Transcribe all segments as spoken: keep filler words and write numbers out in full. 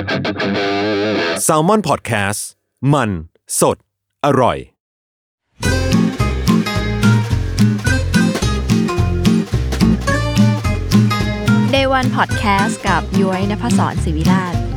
Salmon Podcast มันสดอร่อย Day วัน Podcast กับย้อยณภศร ศิวิราช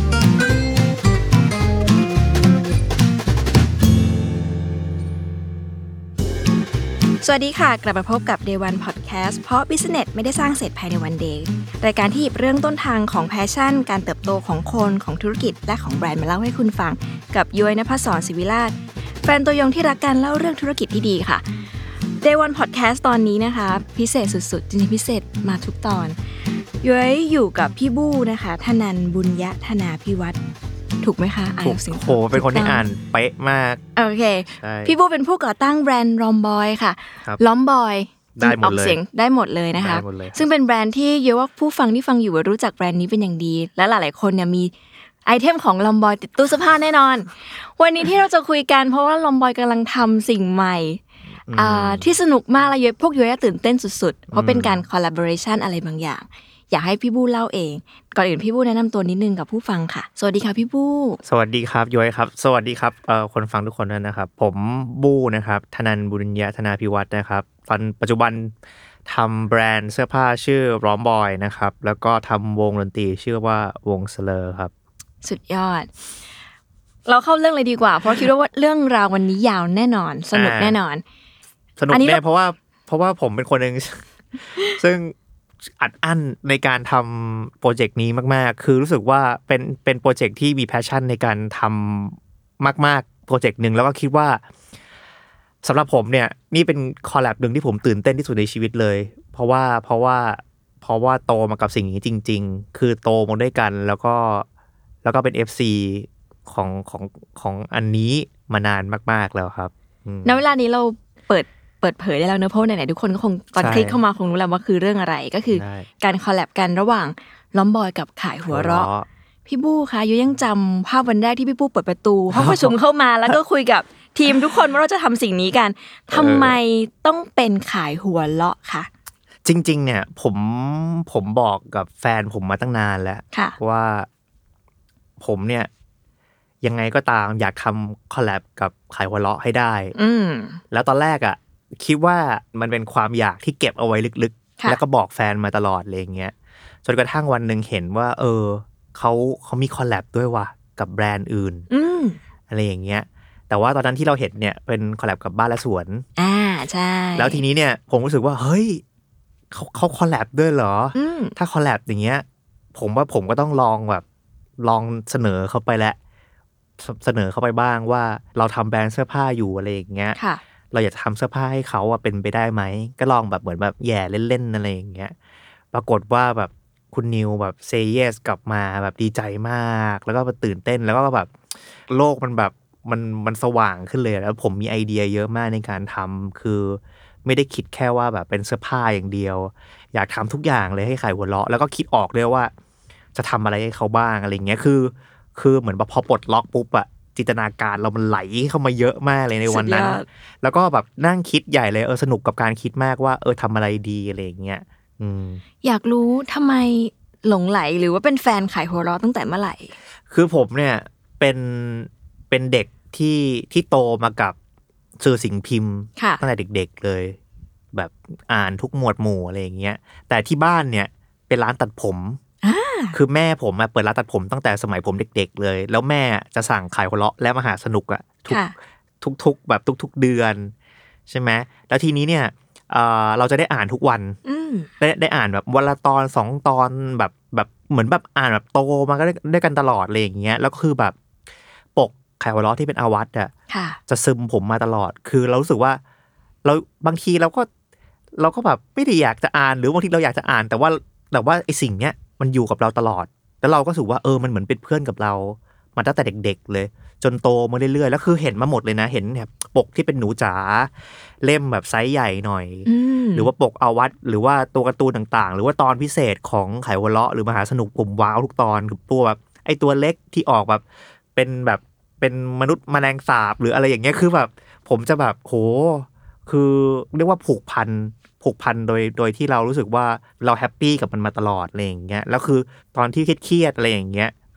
สวัสดีค่ะกลับมาพบกับ Day วัน Podcast เพราะ Business ไม่ได้สร้างเสร็จภายในวัน Day รายการที่หยิบเรื่องต้นทางของแพชชั่นการเติบโตของคนของธุรกิจและของแบรนด์มาเล่าให้คุณฟังกับย้อยณภศร ศิวิราชแฟนตัวยงที่รักการเล่าเรื่องธุรกิจที่ดีค่ะ Day วัน Podcast ตอนนี้นะคะพิเศษสุดๆจริงๆพิเศษมาทุกตอนย้อยอยู่กับพี่บู้นะคะธนันท์บุญยธนาภิวัฒน์ถูกไหมคะอ่านเสียงโหเป็นคนที่อ่านเป๊ะมากโอเคพี่บู้เป็นผู้ก่อตั้งแบรนด์ลอมบอยค่ะลอมบอยได้หมดเลยออกเสียงได้หมดเลยนะคะซึ่งเป็นแบรนด์ที่เยอะว่าผู้ฟังที่ฟังอยู่รู้จักแบรนด์นี้เป็นอย่างดีและหลายๆคนเนี่ยมีไอเทมของลอมบอยติดตู้เสื้อผ้าแน่นอนวันนี้ที่เราจะคุยกันเพราะว่าลอมบอยกำลังทำสิ่งใหม่อ่าที่สนุกมากและเยอะพวกย้อยตื่นเต้นสุดๆเพราะเป็นการคอลลาบอเรชั่นอะไรบางอย่างอยากให้พี่บู้เล่าเองก่อนอื่นพี่บู้แนะนำตัวนิดนึงกับผู้ฟังค่ะสวัสดีค่ะพี่บู้สวัสดีครับย้อยครับสวัสดีครับเอ่อคนฟังทุกคนด้วยนะครับผมบู้นะครับธนันท์บุญยธนาภิวัฒน์นะครับตอนปัจจุบันทำแบรนด์เสื้อผ้าชื่อร้อมบอยนะครับแล้วก็ทำวงดนตรีชื่อว่าวงสเลอร์ครับสุดยอดเราเข้าเรื่องเลยดีกว่าเพราะคิดว่าเรื่องราววันนี้ยาวแน่นอนสนุกแน่นอนสนุกแน่เพราะว่าเพราะว่าผมเป็นคนนึง ซึ่งอัดอั้นในการทำโปรเจกต์นี้มากๆคือรู้สึกว่าเป็นเป็นโปรเจกต์ที่มีแพชชั่นในการทำมากๆโปรเจกต์นึงแล้วก็คิดว่าสำหรับผมเนี่ยนี่เป็นคอลแลบนึงที่ผมตื่นเต้นที่สุดในชีวิตเลยเพราะว่าเพราะว่าเพราะว่าโตมากับสิ่งนี้จริงๆคือโตมาด้วยกันแล้วก็แล้วก็เป็น เอฟ ซี ของของของอันนี้มานานมากๆแล้วครับณเวลานี้เราเปิดเปิดเผยได้แล้วเนอะเพราะไหนๆทุกคนก็คงตอนคลิกเข้ามาคงรู้แล้วว่าคือเรื่องอะไรก็คือการคอลแลบกันระหว่างล้อมบอยกับขายหัวเราะพี่บู้คะยูยังจำภาพวันแรกที่พี่บู้เปิดประตูห้องประชุมเข้ามาแล้วก็คุยกับทีมทุกคนว่าเราจะทำสิ่งนี้กันทำไมต้องเป็นขายหัวเราะคะจริงๆเนี่ยผมผมบอกกับแฟนผมมาตั้งนานแล้วว่าผมเนี่ยยังไงก็ตามอยากทำคอลแลบกับขายหัวเราะให้ได้แล้วตอนแรกอ่ะคิดว่ามันเป็นความอยากที่เก็บเอาไว้ลึกๆแล้วก็บอกแฟนมาตลอดอะไรอย่างเงี้ยจนกระทั่งวันนึงเห็นว่าเออเขาเขามีคอลแลบด้วยว่ะกับแบรนด์อื่นอะไรอย่างเงี้ยแต่ว่าตอนนั้นที่เราเห็นเนี่ยเป็นคอลแลบกับบ้านและสวนอ่าใช่แล้วทีนี้เนี่ยผมรู้สึกว่าเฮ้ยเขาเขาคอลแลบด้วยเหรอถ้าคอลแลบอย่างเงี้ยผมว่าผมก็ต้องลองแบบลองเสนอเขาไปแล้วเสนอเข้าไปบ้างว่าเราทำแบรนด์เสื้อผ้าอยู่อะไรอย่างเงี้ยเราอยากจะทำเสื้อผ้าให้เขาอะเป็นไปได้ไหมก็ลองแบบเหมือนแบบแย่เล่นๆอะไรอย่างเงี้ยปรากฏว่าแบบคุณนิวแบบเซย์เยสกลับมาแบบดีใจมากแล้วก็ตื่นเต้นแล้วก็แบบโลกมันแบบมันมันสว่างขึ้นเลยแล้วผมมีไอเดียเยอะมากในการทำคือไม่ได้คิดแค่ว่าแบบเป็นเสื้อผ้าอย่างเดียวอยากทำทุกอย่างเลยให้ขายหัวเราะแล้วก็คิดออกด้วยว่าจะทำอะไรให้เขาบ้างอะไรเงี้ยคือคือเหมือนพอปลดล็อกปุ๊บอะจินตนาการเรามันไหลเข้ามาเยอะมากเลยในวันนั้นแล้วก็แบบนั่งคิดใหญ่เลยเออสนุกกับการคิดมากว่าเออทำอะไรดีอะไรอย่างเงี้ยอืมอยากรู้ทำไมหลงไหลหรือว่าเป็นแฟนขายหัวเราะตั้งแต่เมื่อไหร่คือผมเนี่ยเป็นเป็นเด็กที่ที่โตมากับสื่อสิ่งพิมพ์ตั้งแต่เด็กๆเลยแบบอ่านทุกหมวดหมู่อะไรอย่างเงี้ยแต่ที่บ้านเนี่ยเป็นร้านตัดผมคือแม่ผมมาเปิดร้านตัดผมตั้งแต่สมัยผมเด็กๆเลยแล้วแม่จะสั่งขายหัวเราะและมหาสนุกอะทุกทุกๆแบบทุกๆเดือนใช่ไหมแล้วทีนี้เนี่ยเอ่อเราจะได้อ่านทุกวันได้ได้อ่านแบบวันละตอนสองตอนแบบแบบเหมือนแบบอ่านแบบโตมาก็ได้ได้กันตลอดเลยอย่างเงี้ยแล้วก็คือแบบปกขายหัวเราะที่เป็นอาวัตอะจะซึมผมมาตลอดคือเรารู้สึกว่าเราบางทีเราก็เราก็แบบไม่ได้อยากจะอ่านหรือบางทีเราอยากจะอ่านแต่ว่าแต่ว่าไอ้สิ่งเนี้ยมันอยู่กับเราตลอดแล้วเราก็รู้สึกว่าเออมันเหมือนเป็นเพื่อนกับเรามาตั้งแต่เด็กๆเลยจนโตมาเรื่อยๆแล้วคือเห็นมาหมดเลยนะเห็นแบบปกที่เป็นหนูจ๋าเล่มแบบไซส์ใหญ่หน่อยหรือว่าปกอาวัตหรือว่าตัวการ์ตูนต่างๆหรือว่าตอนพิเศษของขายหัวเราะหรือมหาสนุกผมว้าวทุกตอนคือตัวแบบไอ้ตัวเล็กที่ออกแบบเป็นแบบเป็นมนุษย์แมลงสาบหรืออะไรอย่างเงี้ยคือแบบผมจะแบบโหคือเรียกว่าผูกพันผูกพันโดยโดยที่เรารู้สึกว่าเราแฮปปี้กับมันมาตลอดอะไรอย่างเงี้ยแล้วคือตอนที่เครียดๆอะไรอย่างเงี้ยค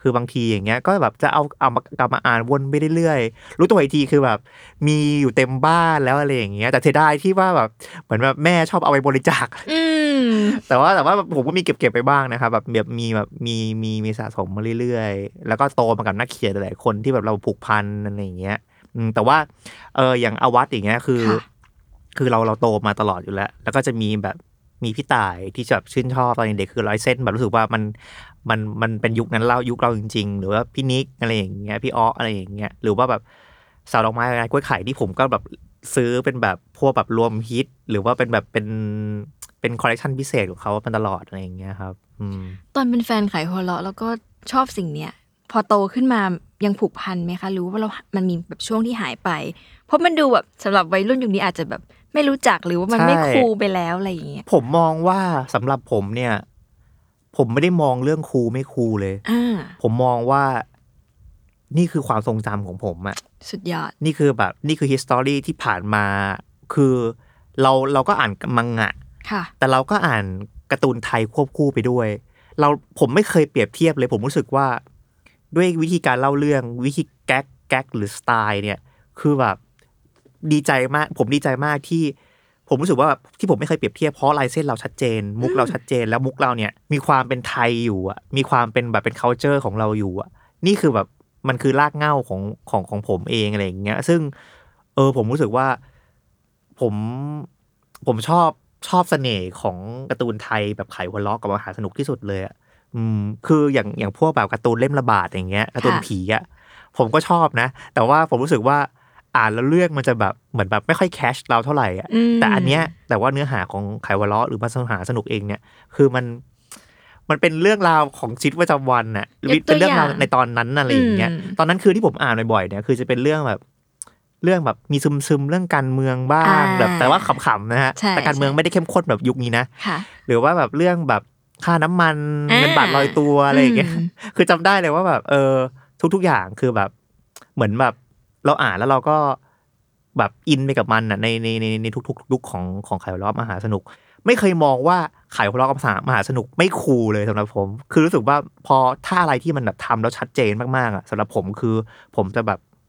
คือบางทีอย่างเงี้ยก็แบบจะเอาเอามากลับมาอ่านวนไปเรื่อยๆรู้ตัวอีกทีคือแบบมีอยู่เต็มบ้านแล้วอะไรอย่างเงี้ยแต่เสียดายที่ว่าแบบเหมือนแบบแม่ชอบเอาไปบริจาคแต่ว่าแต่ว่าผมก็มีเก็บๆไปบ้างนะครับแบบแบบมีแบบมีมีมีสะสมมาเรื่อยๆแล้วก็โตมากับนักเขียนหลายๆคนที่แบบเราผูกพันอะไรอย่างเงี้ยแต่ว่าเอออย่างอวัตอย่างเงี้ยคือคือเราเราโตมาตลอดอยู่แล้วแล้วก็จะมีแบบมีพี่ต่ายที่แบบชื่นชอบตอนเด็กคือร้อยเส้นแบบรู้สึกว่ามันมันมันเป็นยุคนั้นเรายุคเราจริงๆหรือว่าพี่นิกอะไรอย่างเงี้ยพี่อ้ออะไรอย่างเงี้ยหรือว่าแบบสาวดอกไม้กล้วยไข่ที่ผมก็แบบซื้อเป็นแบบพวกแบบรวมฮิตหรือว่าเป็นแบบเป็นเป็นคอลเลคชันพิเศษของเขาเป็นตลอดอะไรอย่างเงี้ยครับตอนเป็นแฟนไข่หัวเราะแล้วก็ชอบสิ่งเนี้ยพอโตขึ้นมายังผูกพันไหมคะหรือว่าเรามันมีแบบช่วงที่หายไปเพราะมันดูแบบสำหรับวัยรุ่นยุคนี้อาจจะแบบไม่รู้จักหรือว่ามันไม่คูลไปแล้วอะไรอย่างเงี้ยผมมองว่าสำหรับผมเนี่ยผมไม่ได้มองเรื่องคูลไม่คูลเลยผมมองว่านี่คือความทรงจำของผมอะสุดยอดนี่คือแบบนี่คือ history ที่ผ่านมาคือเราเราก็อ่านมังงะแต่เราก็อ่านการ์ตูนไทยควบคู่ไปด้วยเราผมไม่เคยเปรียบเทียบเลยผมรู้สึกว่าด้วยวิธีการเล่าเรื่องวิธีแก๊กแก๊กหรือสไตล์เนี่ยคือแบบดีใจมากผมดีใจมากที่ผมรู้สึกว่าที่ผมไม่เคยเปรียบเทียบเพราะลายเส้นเราชัดเจนมุกเราชัดเจนแล้วมุกเราเนี่ยมีความเป็นไทยอยู่อ่ะมีความเป็นแบบเป็น culture ของเราอยู่อ่ะนี่คือแบบมันคือรากเหง้าของของของผมเองอะไรอย่างเงี้ยซึ่งเออผมรู้สึกว่าผมผมชอบชอบเสน่ห์ของการ์ตูนไทยแบบไขหัวล้อกับมหาสนุกที่สุดเลยอ่ะอืมคืออย่างอย่างพวกแบบการ์ตูนเล่มระบาดอย่างเงี้ยการ์ตูนผีอ่ะผมก็ชอบนะแต่ว่าผมรู้สึกว่าอ่านแล้วเรื่องมันจะแบบเหมือนแบบไม่ค่อยแคชเราเท่าไหร่อ่ะแต่อันเนี้ยแต่ว่าเนื้อหาของไขหัวล้อหรือมหาสนุกเองเนี่ยคือมันมันเป็นเรื่องราวของชีวิตประจำวันน่ะเป็นเรื่องราวในตอนนั้นอะไรอย่างเงี้ยตอนนั้นคือที่ผมอ่านบ่อยๆเนี่ยคือจะเป็นเรื่องแบบเรื่องแบบมีซึมๆเรื่องการเมืองบ้างแบบแต่ว่าขำๆนะฮะแต่การเมืองไม่ได้เข้มข้นแบบยุคนี้นะหรือว่าแบบเรื่องแบบค่าน้ำมันเงินบาทลอยตัวอะไรอย่างเงี้ยคือจำได้เลยว่าแบบเออทุกๆอย่างคือแบบเหมือนแบบเราอ่านแล้วเราก็แบบอินไปกับมันอ่ะในในในในทุกๆยุคของของไขหัวล้อมหาสนุกไม่เคยมองว่าไขหัวล้อกับมหาสนุกไม่คูลเลยสำหรับผมคือรู้สึกว่าพอถ้าอะไรที่มันแบบทำแล้วชัดเจนมากๆอ่ะสำหรับผมคือผมจะแบบ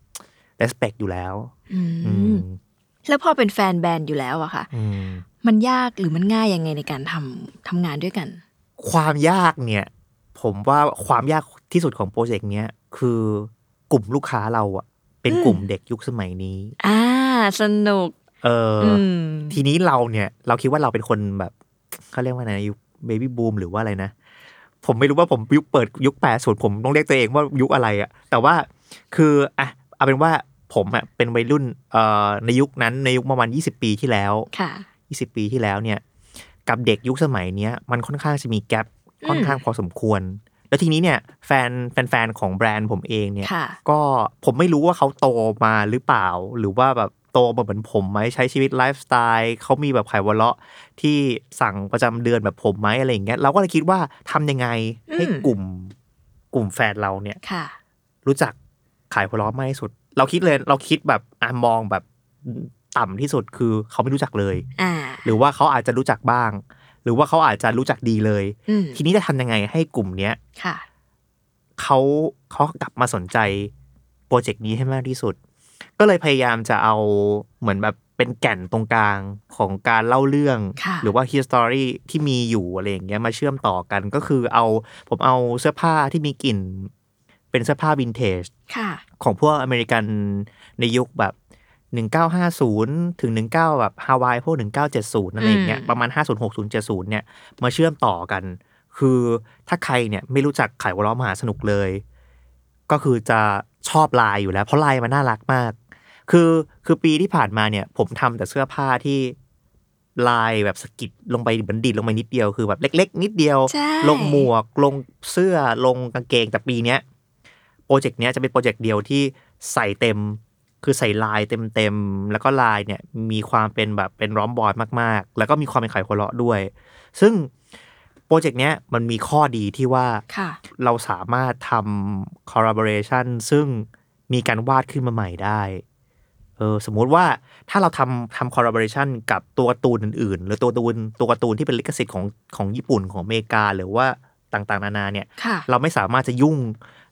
respect อยู่แล้วแล้วพอเป็นแฟนแบนด์อยู่แล้วอะค่ะมันยากหรือมันง่ายยังไงในการทำทำงานด้วยกันความยากเนี่ยผมว่าความยากที่สุดของโปรเจกต์เนี้ยคือกลุ่มลูกค้าเราอะเป็นกลุ่มเด็กยุคสมัยนี้อ่าสนุกเออทีนี้เราเนี่ยเราคิดว่าเราเป็นคนแบบเขาเรียกว่าไงยุคเบบี้บูมหรือว่าอะไรนะผมไม่รู้ว่าผมยุคเปิดยุคแปดสิบผมต้องเรียกตัวเองว่ายุคอะไรอะแต่ว่าคืออ่ะเอาเป็นว่าผมอะเป็นวัยรุ่นเอ่อในยุคนั้นในยุคประมาณยี่สิบปีที่แล้วค่ะยี่สิบปีที่แล้วเนี่ยกับเด็กยุคสมัยเนี้ยมันค่อนข้างจะมีแกปค่อนข้างพอสมควรแล้วทีนี้เนี่ยแฟนแฟนๆของแบรนด์ผมเองเนี่ยก็ผมไม่รู้ว่าเขาโตมาหรือเปล่าหรือว่าแบบโตมาเหมือนผมไหมใช้ชีวิตไลฟ์สไตล์เขามีแบบไขวัลเลาะที่สั่งประจำเดือนแบบผมไหมอะไรอย่างเงี้ยเราก็เลยคิดว่าทำยังไงให้กลุ่มกลุ่มแฟนเราเนี่ยรู้จักไขวัลเลาะมากที่สุดเราคิดเลยเราคิดแบบอ่ะมองแบบต่ำที่สุดคือเขาไม่รู้จักเลยหรือว่าเขาอาจจะรู้จักบ้างหรือว่าเขาอาจจะรู้จักดีเลยทีนี้จะทำยังไงให้กลุ่มเนี้ยเขาเขากลับมาสนใจโปรเจกต์นี้ให้มากที่สุดก็เลยพยายามจะเอาเหมือนแบบเป็นแก่นตรงกลางของการเล่าเรื่องหรือว่า history ที่มีอยู่อะไรอย่างเงี้ยมาเชื่อมต่อกันก็คือเอาผมเอาเสื้อผ้าที่มีกลิ่นเป็นเสื้อผ้าวินเทจของพวกอเมริกันในยุคแบบหนึ่งเก้าห้าศูนย์ถึงสิบเก้าแบบฮาวายพวกหนึ่งเก้าเจ็ดศูนย์อะไรอย่างเงี้ยประมาณห้าศูนย์ หกศูนย์ เจ็ดศูนย์เนี่ยมาเชื่อมต่อกันคือถ้าใครเนี่ยไม่รู้จักไขวัลเลาะมหาสนุกเลยก็คือจะชอบลายอยู่แล้วเพราะลายมันน่ารักมากคือคือปีที่ผ่านมาเนี่ยผมทำแต่เสื้อผ้าที่ลายแบบสกิดลงไปบันดิดลงไปนิดเดียวคือแบบเล็กๆนิดเดียวลงหมวกลงเสื้อลงกางเกงแต่ปีเนี้ยโปรเจกต์เนี้ยจะเป็นโปรเจกต์เดียวที่ใส่เต็มคือใส่ลายเต็มๆแล้วก็ลายเนี่ยมีความเป็นแบบเป็นร้อมบอยมากๆแล้วก็มีความเป็นไขวัลเลาะด้วยซึ่งโปรเจกต์เนี้ยมันมีข้อดีที่ว่าเราสามารถทำ collaboration ซึ่งมีการวาดขึ้นมาใหม่ได้เออสมมุติว่าถ้าเราทำทำ collaboration กับตัวการ์ตูนอื่นๆหรือตัวการ์ตูนตัวการ์ตูนที่เป็นลิขสิทธิ์ของของญี่ปุ่นของอเมริกาหรือว่าต่างๆนานาเนี่ยเราไม่สามารถจะยุ่ง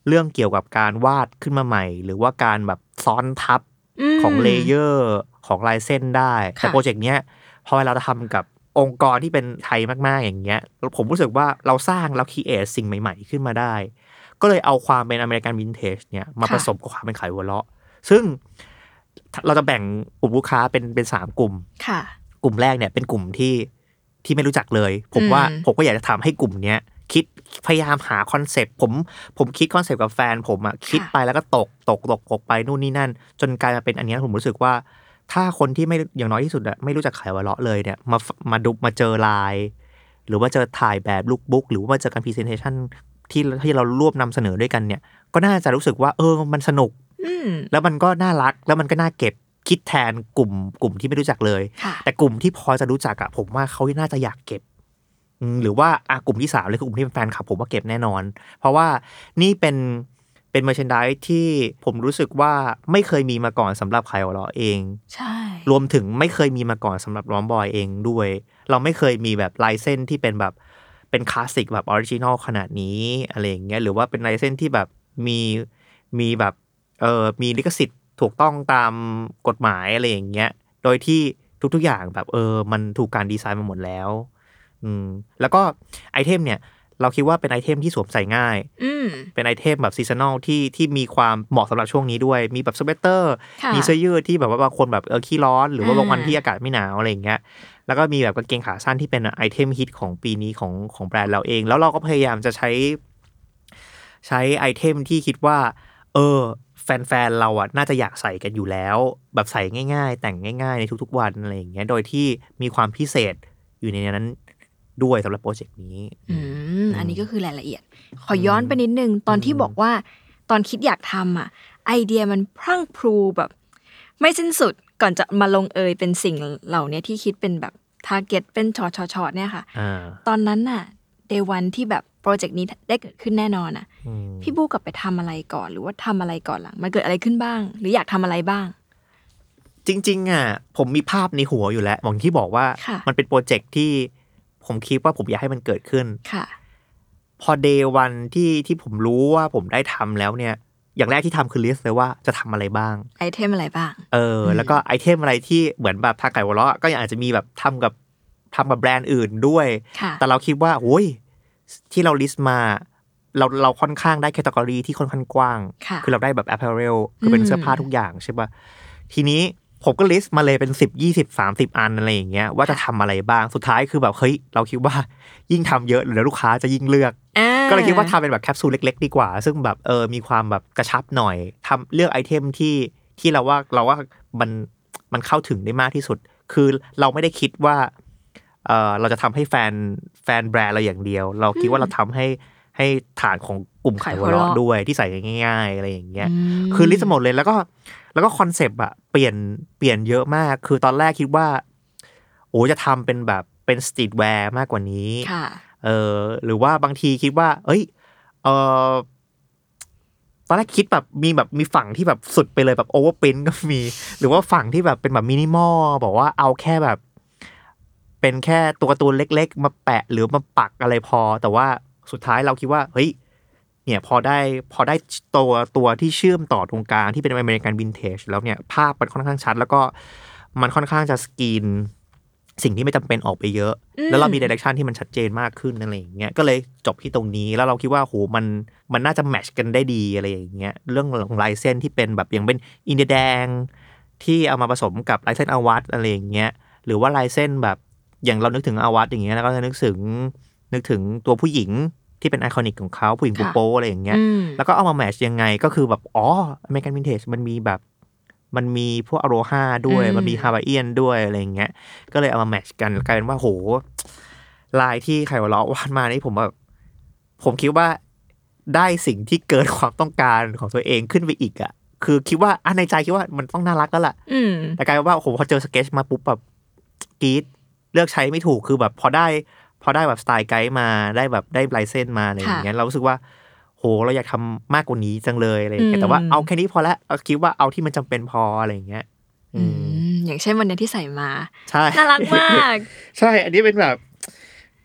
เรื่องเกี่ยวกับการวาดขึ้นมาใหม่หรือว่าการแบบซ้อนทับของเลเยอร์ของลายเส้นได้แต่โปรเจกต์เนี้ยพอเราทำกับองค์กรที่เป็นไทยมากๆอย่างเงี้ยผมรู้สึกว่าเราสร้างเราครีเอทสิ่งใหม่ๆขึ้นมาได้ก็เลยเอาความเป็นอเมริกันวินเทจเนี่ยมาผสมกับความเป็นไขหัวเราะซึ่งเราจะแบ่งกลุ่มลูกค้าเป็นเป็นสามกลุ่มกลุ่มแรกเนี่ยเป็นกลุ่มที่ที่ไม่รู้จักเลยผมว่าผมก็อยากจะทำให้กลุ่มเนี้ยคิดพยายามหาคอนเซปต์ผมผมคิดคอนเซปต์กับแฟนผมอะคิดไปแล้วก็ตกตกตกตกไปนู่นนี่นั่นจนกลายมาเป็นอันนี้ผมรู้สึกว่าถ้าคนที่ไม่อย่างน้อยที่สุดอะไม่รู้จักไขหัวเราะเลยเนี่ยมามาดูมาเจอลายหรือว่าเจอถ่ายแบบลุคบุ๊กหรือว่ามาเจอการพรีเซนเทชันที่ที่เรารวบนำเสนอด้วยกันเนี่ยก็น่าจะรู้สึกว่าเออมันสนุกแล้วมันก็น่ารักแล้วมันก็น่าเก็บคิดแทนกลุ่มกลุ่มที่ไม่รู้จักเลยแต่กลุ่มที่พอจะรู้จักอะผมว่าเขาน่าจะอยากเก็บหรือว่าอ่ะกลุ่มที่สามเลยคือกลุ่มที่เป็นแฟนคลับผมว่าเก็บแน่นอนเพราะว่านี่เป็นเป็นเมอร์แชนไดส์ที่ผมรู้สึกว่าไม่เคยมีมาก่อนสำหรับไขหัวเราะเองใช่รวมถึงไม่เคยมีมาก่อนสำหรับร้อมบอยเองด้วยเราไม่เคยมีแบบลายเส้นที่เป็นแบบเป็นคลาสสิกแบบออริจินอลขนาดนี้อะไรอย่างเงี้ยหรือว่าเป็นลายเส้นที่แบบมีมีแบบเออมีลิขสิทธิ์ถูกต้องตามกฎหมายอะไรอย่างเงี้ยโดยที่ทุกๆอย่างแบบเออมันถูกการดีไซน์มาหมดแล้วอืมแล้วก็ไอเทมเนี่ยเราคิดว่าเป็นไอเทมที่สวมใส่ง่ายเป็นไอเทมแบบซีซันนอลที่ที่มีความเหมาะสำหรับช่วงนี้ด้วยมีแบบสเวตเตอร์มีเสื้อยืดที่แบบว่าบางคนแบบเออขี้ร้อนหรือว่าบางวันที่อากาศไม่หนาวอะไรอย่างเงี้ยแล้วก็มีแบบกางเกงขาสั้นที่เป็นไอเทมฮิตของปีนี้ของของแบรนด์เราเองแล้วเราก็พยายามจะใช้ใช้ไอเทมที่คิดว่าเออแฟนๆเราอ่ะน่าจะอยากใส่กันอยู่แล้วแบบใส่ง่ายๆแต่งง่ายๆในทุกๆวันอะไรอย่างเงี้ยโดยที่มีความพิเศษอยู่ในนั้นด้วยสำหรับโปรเจกต์นี้อืมอันนี้ก็คือรายละเอียดขอย้อนไปนิดนึงตอนที่บอกว่าตอนคิดอยากทำอ่ะไอเดียมันพรั่งพรูแบบไม่สิ้นสุดก่อนจะมาลงเอยเป็นสิ่งเหล่านี้ที่คิดเป็นแบบทาร์เก็ตเป็นช็อตๆๆเนี่ยค่ะตอนนั้นน่ะเดย์วันที่แบบโปรเจกต์นี้ได้เกิดขึ้นแน่นอนอ่ะพี่บู๊กลับไปทำอะไรก่อนหรือว่าทำอะไรก่อนหลังมันเกิดอะไรขึ้นบ้างหรืออยากทำอะไรบ้างจริงๆอ่ะผมมีภาพในหัวอยู่แล้วอย่างที่บอกว่ามันเป็นโปรเจกต์ที่ผมคิดว่าผมอยากให้มันเกิดขึ้นค่ะพอเดย์วันที่ที่ผมรู้ว่าผมได้ทำแล้วเนี่ยอย่างแรกที่ทำคือลิสต์เลยว่าจะทำอะไรบ้างไอเทมอะไรบ้างเออแล้วก็ไอเทมอะไรที่เหมือนแบบทางไก่หัวเราะก็อาจจะมีแบบทำกับทำกับแบรนด์อื่นด้วยแต่เราคิดว่าโอ้ยที่เราลิสต์มาเราเราค่อนข้างได้แคตตากรีที่ค่อนข้างกว้างคือเราได้แบบ apparel คือเป็นเสื้อผ้าทุกอย่างใช่ป่ะทีนี้ผมก็ลิสต์มาเลยเป็นสิบ ยี่สิบ สามสิบอันอะไรอย่างเงี้ยว่าจะทำอะไรบ้างสุดท้ายคือแบบเฮ้ยเราคิดว่ายิ่งทำเยอะเดี๋ยวลูกค้าจะยิ่งเลือกก็เลยคิดว่าทำเป็นแบบแคปซูลเล็กๆดีกว่าซึ่งแบบเออมีความแบบกระชับหน่อยทำเลือกไอเทมที่ที่เราว่าเราว่ามันมันเข้าถึงได้มากที่สุดคือเราไม่ได้คิดว่าเออเราจะทำให้แฟนแฟนแบรนด์เราอย่างเดียวเราคิดว่าเราทำให้ให้ฐานของกลุ่มไขหัวเราะด้วยที่ใส่ง่ายๆอะไรอย่างเงี้ยคือลิสต์หมดเลยแล้วก็แล้วก็คอนเซปต์อะเปลี่ยนเปลี่ยนเยอะมากคือตอนแรกคิดว่าโอ้จะทำเป็นแบบเป็นสตรีทแวร์มากกว่านี้เออหรือว่าบางทีคิดว่าเอ้ยเออตอนแรกคิดแบบมีแบบมีฝั่งที่แบบสุดไปเลยแบบโอเวอร์ปรินท์ก็มีหรือว่าฝั่งที่แบบเป็นแบบมินิมอลบอกว่าเอาแค่แบบเป็นแค่ตัวการ์ตูนเล็กๆมาแปะหรือมาปักอะไรพอแต่ว่าสุดท้ายเราคิดว่าเฮ้ยเนี่ยพอได้พอได้ตัวตัวที่เชื่อมต่อตรงกลางที่เป็นอเมริกันวินเทจแล้วเนี่ยภาพมันค่อนข้างชัดแล้วก็มันค่อนข้างจะสกรีนสิ่งที่ไม่จำเป็นออกไปเยอะแล้วเรามีไดเรคชันที่มันชัดเจนมากขึ้นอะไรอย่างเงี้ยก็เลยจบที่ตรงนี้แล้วเราคิดว่าโหมันมันน่าจะแมทช์กันได้ดีอะไรอย่างเงี้ยเรื่องของลายเส้นที่เป็นแบบอย่างเป็นอินเดียแดงที่เอามาผสมกับลายเส้นอาวัตอะไรอย่างเงี้ยหรือว่าลายเส้นแบบอย่างเรานึกถึงอาวัตอย่างเงี้ยแล้วก็จะนึกถึงนึกถึงตัวผู้หญิงที่เป็นไอคอนิกของเขาผู้หญิงโป๊อะไรอย่างเงี้ยแล้วก็เอามาแมทช์ยังไงก็คือแบบอ๋ออเมริกันวินเทจมันมีแบบมันมีพวกอโรฮาด้วยมันมีฮาวายเอียนด้วยอะไรอย่างเงี้ยก็เลยเอามาแมทช์กันกลายเป็นว่าโหลายที่ไขหัวเราะวาดมานี่ผมแบบผมคิดว่าได้สิ่งที่เกินความต้องการของตัวเองขึ้นไปอีกอ่ะคือคิดว่าอ่ะในใจคิดว่ามันต้องน่ารักแล้วล่ะแต่กลายเป็นว่าโหพอเจอสเก็ตช์มาปุ๊บแบบกรี๊ดเลือกใช้ไม่ถูกคือแบบพอได้พอได้แบบสไตล์ไกด์มาได้แบบได้ลายเส้นมาอะไรอย่างเงี้ยเรารู้สึกว่าโหเราอยากทำมากกว่านี้จังเลยอะไรอย่างเงี้ยแต่ว่าเอาแค่นี้พอแล้วคิดว่าเอาที่มันจำเป็นพออะไรอย่างเงี้ยอืมอย่างเช่นวันนี้ที่ใส่มาใช่น่ารักมากใช่อันนี้เป็นแบบ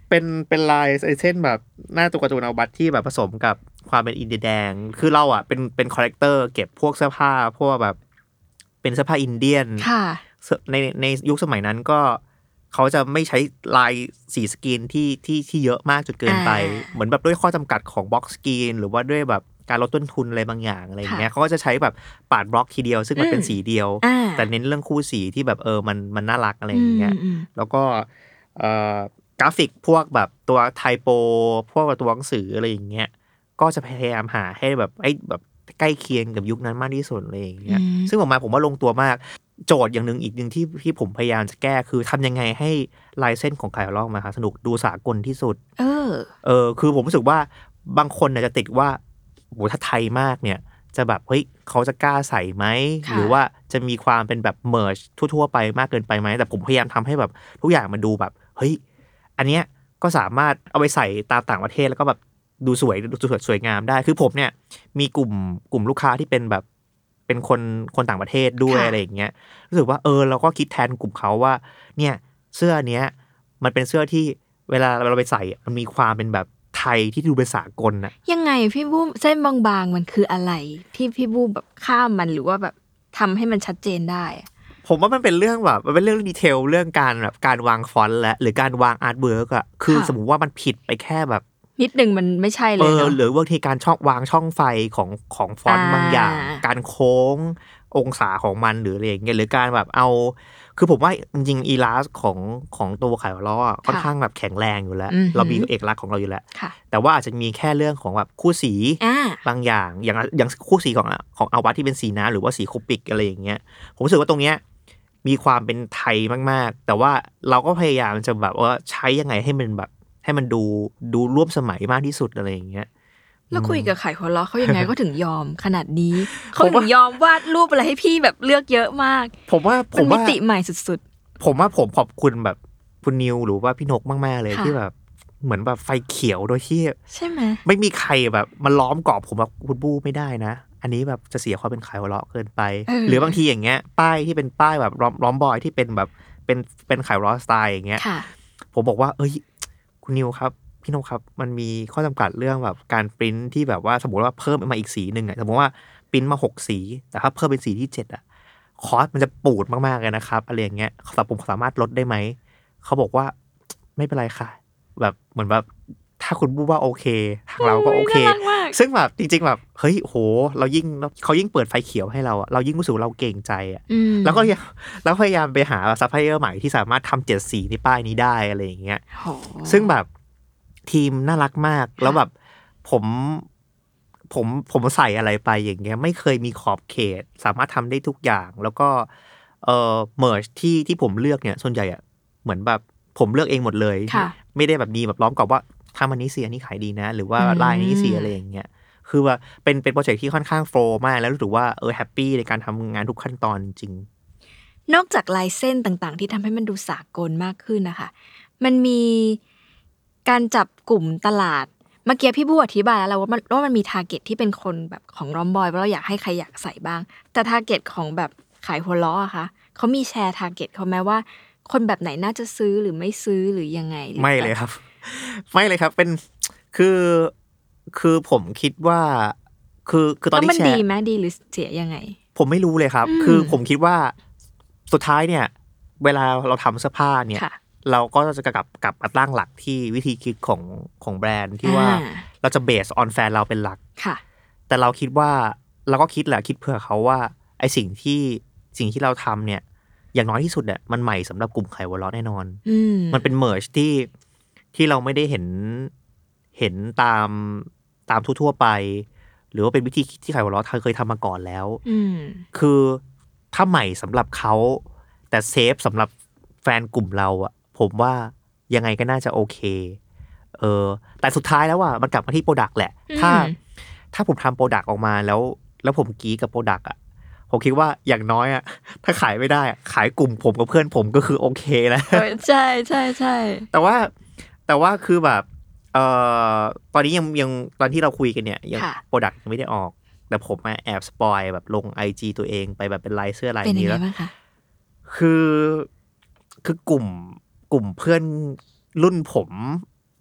เป็นเป็นลายเช่นแบบหน้าตัวการ์ตูนเอาบัตที่แบบผสมกับความเป็นอินเดียแดงคือเราอ่ะเป็นเป็นคอลเลกเตอร์เก็บพวกเสื้อผ้าพวกแบบเป็นเสื้อผ้าอินเดียนในในยุคสมัยนั้นก็เขาจะไม่ใช้ลายสีสกรีนที่ที่ที่เยอะมากจนเกินไปเหมือนแบบด้วยข้อจำกัดของบล็อกสกรีนหรือว่าด้วยแบบการลดต้นทุนอะไรบางอย่างอะไรอย่างเงี้ยเขาก็จะใช้แบบปาดบล็อกทีเดียวซึ่งมันเป็นสีเดียวแต่เน้นเรื่องคู่สีที่แบบเออมันมันน่ารักอะไรอย่างเงี้ยแล้วก็เอ่อกราฟิกพวกแบบตัวไทโปพวกตัวหนังสืออะไรอย่างเงี้ยก็จะพยายามหาให้แบบไอ้แบบใกล้เคียงกับยุคนั้นมากที่สุดอะไรอย่างเงี้ยซึ่งออกมาผมว่าลงตัวมากโจทย์อย่างนึงอีกนึงที่ที่ผมพยายามจะแก้คือทำยังไงให้ลายเส้นของไคลออกมาสนุกดูสากลที่สุดเออเออคือผมรู้สึกว่าบางคนเนี่ยจะติดว่าโหถ้าไทยมากเนี่ยจะแบบเฮ้ยเขาจะกล้าใส่ไหมหรือว่าจะมีความเป็นแบบเมิร์จทั่วๆไปมากเกินไปไหมแต่ผมพยายามทำให้แบบทุกอย่างมันดูแบบเฮ้ยอันเนี้ยก็สามารถเอาไปใส่ตามต่างประเทศแล้วก็แบบดูสวยดูสวยสวยงามได้คือผมเนี่ยมีกลุ่มกลุ่มลูกค้าที่เป็นแบบเป็นคนคนต่างประเทศด้วยอะไรอย่างเงี้ยรู้สึกว่าเออเราก็คิดแทนกลุ่มเขาว่าเนี่ยเสื้อเนี้ยมันเป็นเสื้อที่เวลาเราไปใส่มันมีความเป็นแบบไทยที่ดูเป็นสากลน่ะยังไงพี่บูมเส้นบางๆมันคืออะไรที่พี่บูมแบบข้ามมันหรือว่าแบบทำให้มันชัดเจนได้ผมว่ามันเป็นเรื่องแบบมันเป็นเรื่องดีเทลเรื่องการแบบการวางฟอนต์และหรือการวางอาร์ตเวิร์กอ่ะคือสมมุติว่ามันผิดไปแค่แบบนิดนึงมันไม่ใช่เลยเนาะหรือบางทีการช่องวางช่องไฟของของฟอนต์บางอย่างการโค้งองศาของมันหรืออะไรอย่างเงี้ยหรือการแบบเอาคือผมว่าจริงๆอีลาสของของตัวไขว่ล้อค่อนข้างแบบแข็งแรงอยู่แล้วเรามีเอกลักษณ์ของเราอยู่แล้วแต่ว่าอาจจะมีแค่เรื่องของแบบคู่สีบางอย่างอย่างอย่างคู่สีของของอาวัตที่เป็นสีน้ำหรือว่าสีโคปิกอะไรอย่างเงี้ยผมรู้สึกว่าตรงเนี้ยมีความเป็นไทยมากๆแต่ว่าเราก็พยายามจะแบบว่าใช้ยังไงให้มันแบบให้มันดูดูร่วมสมัยมากที่สุดอะไรอย่างเงี้ยแล้วคุยกับไข่หัวเราะเขายังไงก็ถึงยอมขนาดนี้เขาถึงยอมวาดรูปอะไรให้พี่แบบเลือกเยอะมากผมว่าผมว่ามิติใหม่สุดๆผมว่าผมขอบคุณแบบคุณนิวหรือว่าพี่นกมากๆเลยที่แบบเหมือนแบบไฟเขียวโดยที่ใช่ไหมไม่มีใครแบบมาล้อมกรอบผมแบบคุณบู้ไม่ได้นะอันนี้แบบจะเสียความเป็นไข่หัวเราะเกินไปหรือบางทีอย่างเงี้ยป้ายที่เป็นป้ายแบบล้อมล้อมบอยที่เป็นแบบเป็นเป็นไข่หัวเราะสไตล์อย่างเงี้ยผมบอกว่าเอ้ยคุณนิวครับพี่นกครับมันมีข้อจำกัดเรื่องแบบการปริ้นที่แบบว่าสมมติว่าเพิ่มมาอีกสีหนึ่งอ่ะสมมติว่าปริ้นมาหกสีแต่ถ้าเพิ่มเป็นสีที่เจ็ดอ่ะคอสมันจะปูดมากๆเลยนะครับอะไรอย่างเงี้ยแต่ผมสามารถลดได้ไหมเขาบอกว่าไม่เป็นไรค่ะแบบเหมือนแบบถ้าคุณบู้ว่าโอเคทางเราก็โอเคซึ่งแบบจริงๆแบบเฮ้ยโหเรายิ่งเขายิ่งเปิดไฟเขียวให้เราอ่ะเรายิ่งรู้สึกเราเก่งใจอ่ะแล้วก็แล้วพยายามไปหาซัพพลายเออร์ใหม่ที่สามารถทำเจ็ดสีในป้ายนี้ได้อะไรอย่างเงี้ยซึ่งแบบทีมน่ารักมากแล้วแบบผมผมผมใส่อะไรไปอย่างเงี้ยไม่เคยมีขอบเขตสามารถทำได้ทุกอย่างแล้วก็เอ่อเมิร์จที่ที่ผมเลือกเนี่ยส่วนใหญ่อ่ะเหมือนแบบผมเลือกเองหมดเลยไม่ได้แบบมีแบบล้อมกรอบว่าถ้ามันนี้เสียนี่ขายดีนะหรือว่าลายนี้เสียอะไรอย่างเงี้ยคือว่าเป็นเป็นโปรเจกต์ที่ค่อนข้างโฟล์มากแล้วรู้สึกว่าเออแฮปปี้ในการทำงานทุกขั้นตอนจริงนอกจากลายเส้นต่างๆที่ทำให้มันดูสากลมากขึ้นนะคะมันมีการจับกลุ่มตลาดเมื่อกี้พี่บู้อธิบายแล้วว่ามันว่ามันมีทาร์เก็ตที่เป็นคนแบบของรอมบอยว่าเราอยากให้ใครอยากใส่บ้างแต่ทาร์เก็ตของแบบขายหัวล้ออะคะเขามีแชร์ทาร์เก็ตเขาแม้ว่าคนแบบไหนน่าจะซื้อหรือไม่ซื้อหรือยังไงไม่เลยครับไม่เลยครับเป็นคือคือผมคิดว่าคือคือตอนที่แชร์มันดีไหมดีหรือเสียยังไงผมไม่รู้เลยครับคือผมคิดว่าสุดท้ายเนี่ยเวลาเราทำเสื้อผ้าเนี่ยเราก็จะกลับกลับมาตั้งหลักที่วิธีคิดของของแบรนด์ที่ว่าเราจะเบสออนแฟนเราเป็นหลักแต่เราคิดว่าเราก็คิดแหละคิดเผื่อเขาว่าไอสิ่งที่สิ่งที่เราทำเนี่ยอย่างน้อยที่สุดเนี่ยมันใหม่สำหรับกลุ่มไข่หัวเราะแน่นอนมันเป็นเมิร์จที่ที่เราไม่ได้เห็นเห็นตามตามทั่วๆไปหรือว่าเป็นวิธีที่ไข่หัวเราะเคยทำมาก่อนแล้วคือถ้าใหม่สำหรับเขาแต่เซฟสำหรับแฟนกลุ่มเราอะผมว่ายังไงก็น่าจะโอเคเออแต่สุดท้ายแล้วอะมันกลับมาที่โปรดักต์แหละถ้าถ้าผมทำโปรดักต์ออกมาแล้วแล้วผมกี้กับโปรดักต์อะผมคิดว่าอย่างน้อยอะถ้าขายไม่ได้ขายกลุ่มผมกับเพื่อนผมก็คือโอเคแล้วใช่ใช่ใช่แต่ว่าแต่ว่าคือแบบเอ่อตอนนี้ยังยังตอนที่เราคุยกันเนี่ยยังโปรดักต์ยังไม่ได้ออกแต่ผมแอบสปอยแบบลง ไอ จี ตัวเองไปแบบเป็นลายเสื้อลายนี้แล้วคือคือกลุ่มกลุ่มเพื่อนรุ่นผม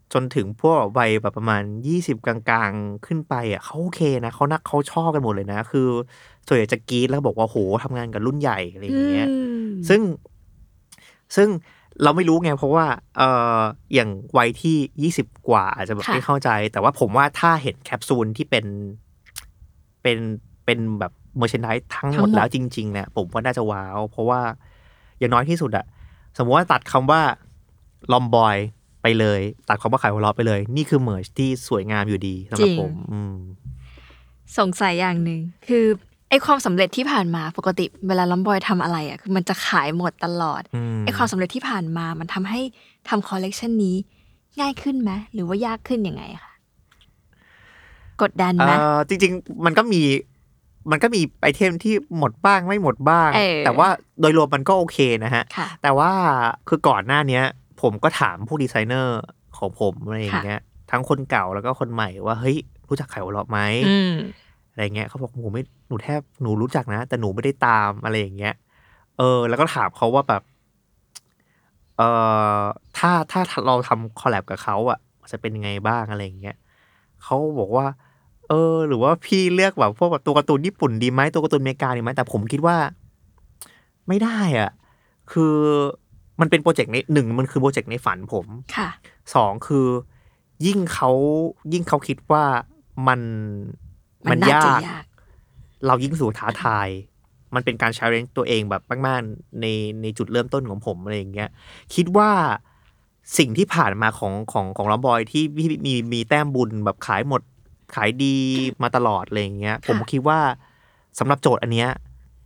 จนถึงพวกวัยแบบประมาณยี่สิบกลางๆขึ้นไปอ่ะเขาโอเคนะเขานักเขาชอบกันหมดเลยนะคือส่วนใหญ่จะกรี๊ดแล้วบอกว่าโหทำงานกับรุ่นใหญ่อะไรอย่างเงี้ยซึ่งซึ่งเราไม่รู้ไงเพราะว่าเอ่ออย่างวัยที่ยี่สิบกว่าอาจจะแบบไม่เข้าใจแต่ว่าผมว่าถ้าเห็นแคปซูลที่เป็นเป็นเป็นแบบเมอร์แชนไดส์ทั้งหมดแล้วจริงๆเนี่ยผมว่าน่าจะว้าวเพราะว่าอย่างน้อยที่สุดอะสมมติว่าตัดคำว่าลอมบอยไปเลยตัดคำว่าขายหัวเราะไปเลยนี่คือเมอร์ชที่สวยงามอยู่ดีสำหรับผมสงสัยอย่างหนึ่งคือไอความสำเร็จที่ผ่านมาปกติเวลาลอมบอยทำอะไรอ่ะคือมันจะขายหมดตลอดไอความสำเร็จที่ผ่านมามันทำให้ทำคอลเลกชันนี้ง่ายขึ้นไหมหรือว่ายากขึ้นยังไงคะกดดันไหมจริงๆมันก็มีมันก็มีไอเทมที่หมดบ้างไม่หมดบ้างแต่ว่าโดยรวมมันก็โอเคนะฮะแต่ว่าคือก่อนหน้านี้ผมก็ถามผู้ดีไซเนอร์ของผมอะไรอย่างเงี้ยทั้งคนเก่าแล้วก็คนใหม่ว่าเฮ้ยรู้จักไขวะเลาะไหมอะไรเงี้ยเขาบอกหนูไม่หนูแทบหนูรู้จักนะแต่หนูไม่ได้ตามอะไรอย่างเงี้ยเออแล้วก็ถามเขาว่าแบบเออถ้าถ้าเราทำคอลแลบกับเขาอ่ะจะเป็นยังไงบ้างอะไรอย่างเงี้ยเขาบอกว่าเออหรือว่าพี่เลือกแบบพวกแบบตัวการ์ตูนญี่ปุ่นดีไหมตัวการ์ตูนอเมริกาดีไหมแต่ผมคิดว่าไม่ได้อ่ะคือมันเป็นโปรเจกต์ในหนึ่งมันคือโปรเจกต์ในฝันผมค่ะสองคือยิ่งเขายิ่งเขาคิดว่ามันมันยากเรายิ่งสู่ท้าทายมันเป็นการ challenge ตัวเองแบบมากๆในในจุดเริ่มต้นของผมอะไรอย่างเงี้ยคิดว่าสิ่งที่ผ่านมาของของของลอมบอยที่มีมีแต้มบุญแบบขายหมดขายดีมาตลอดอะไรอย่างเงี้ยผมคิดว่าสำหรับโจทย์อันเนี้ย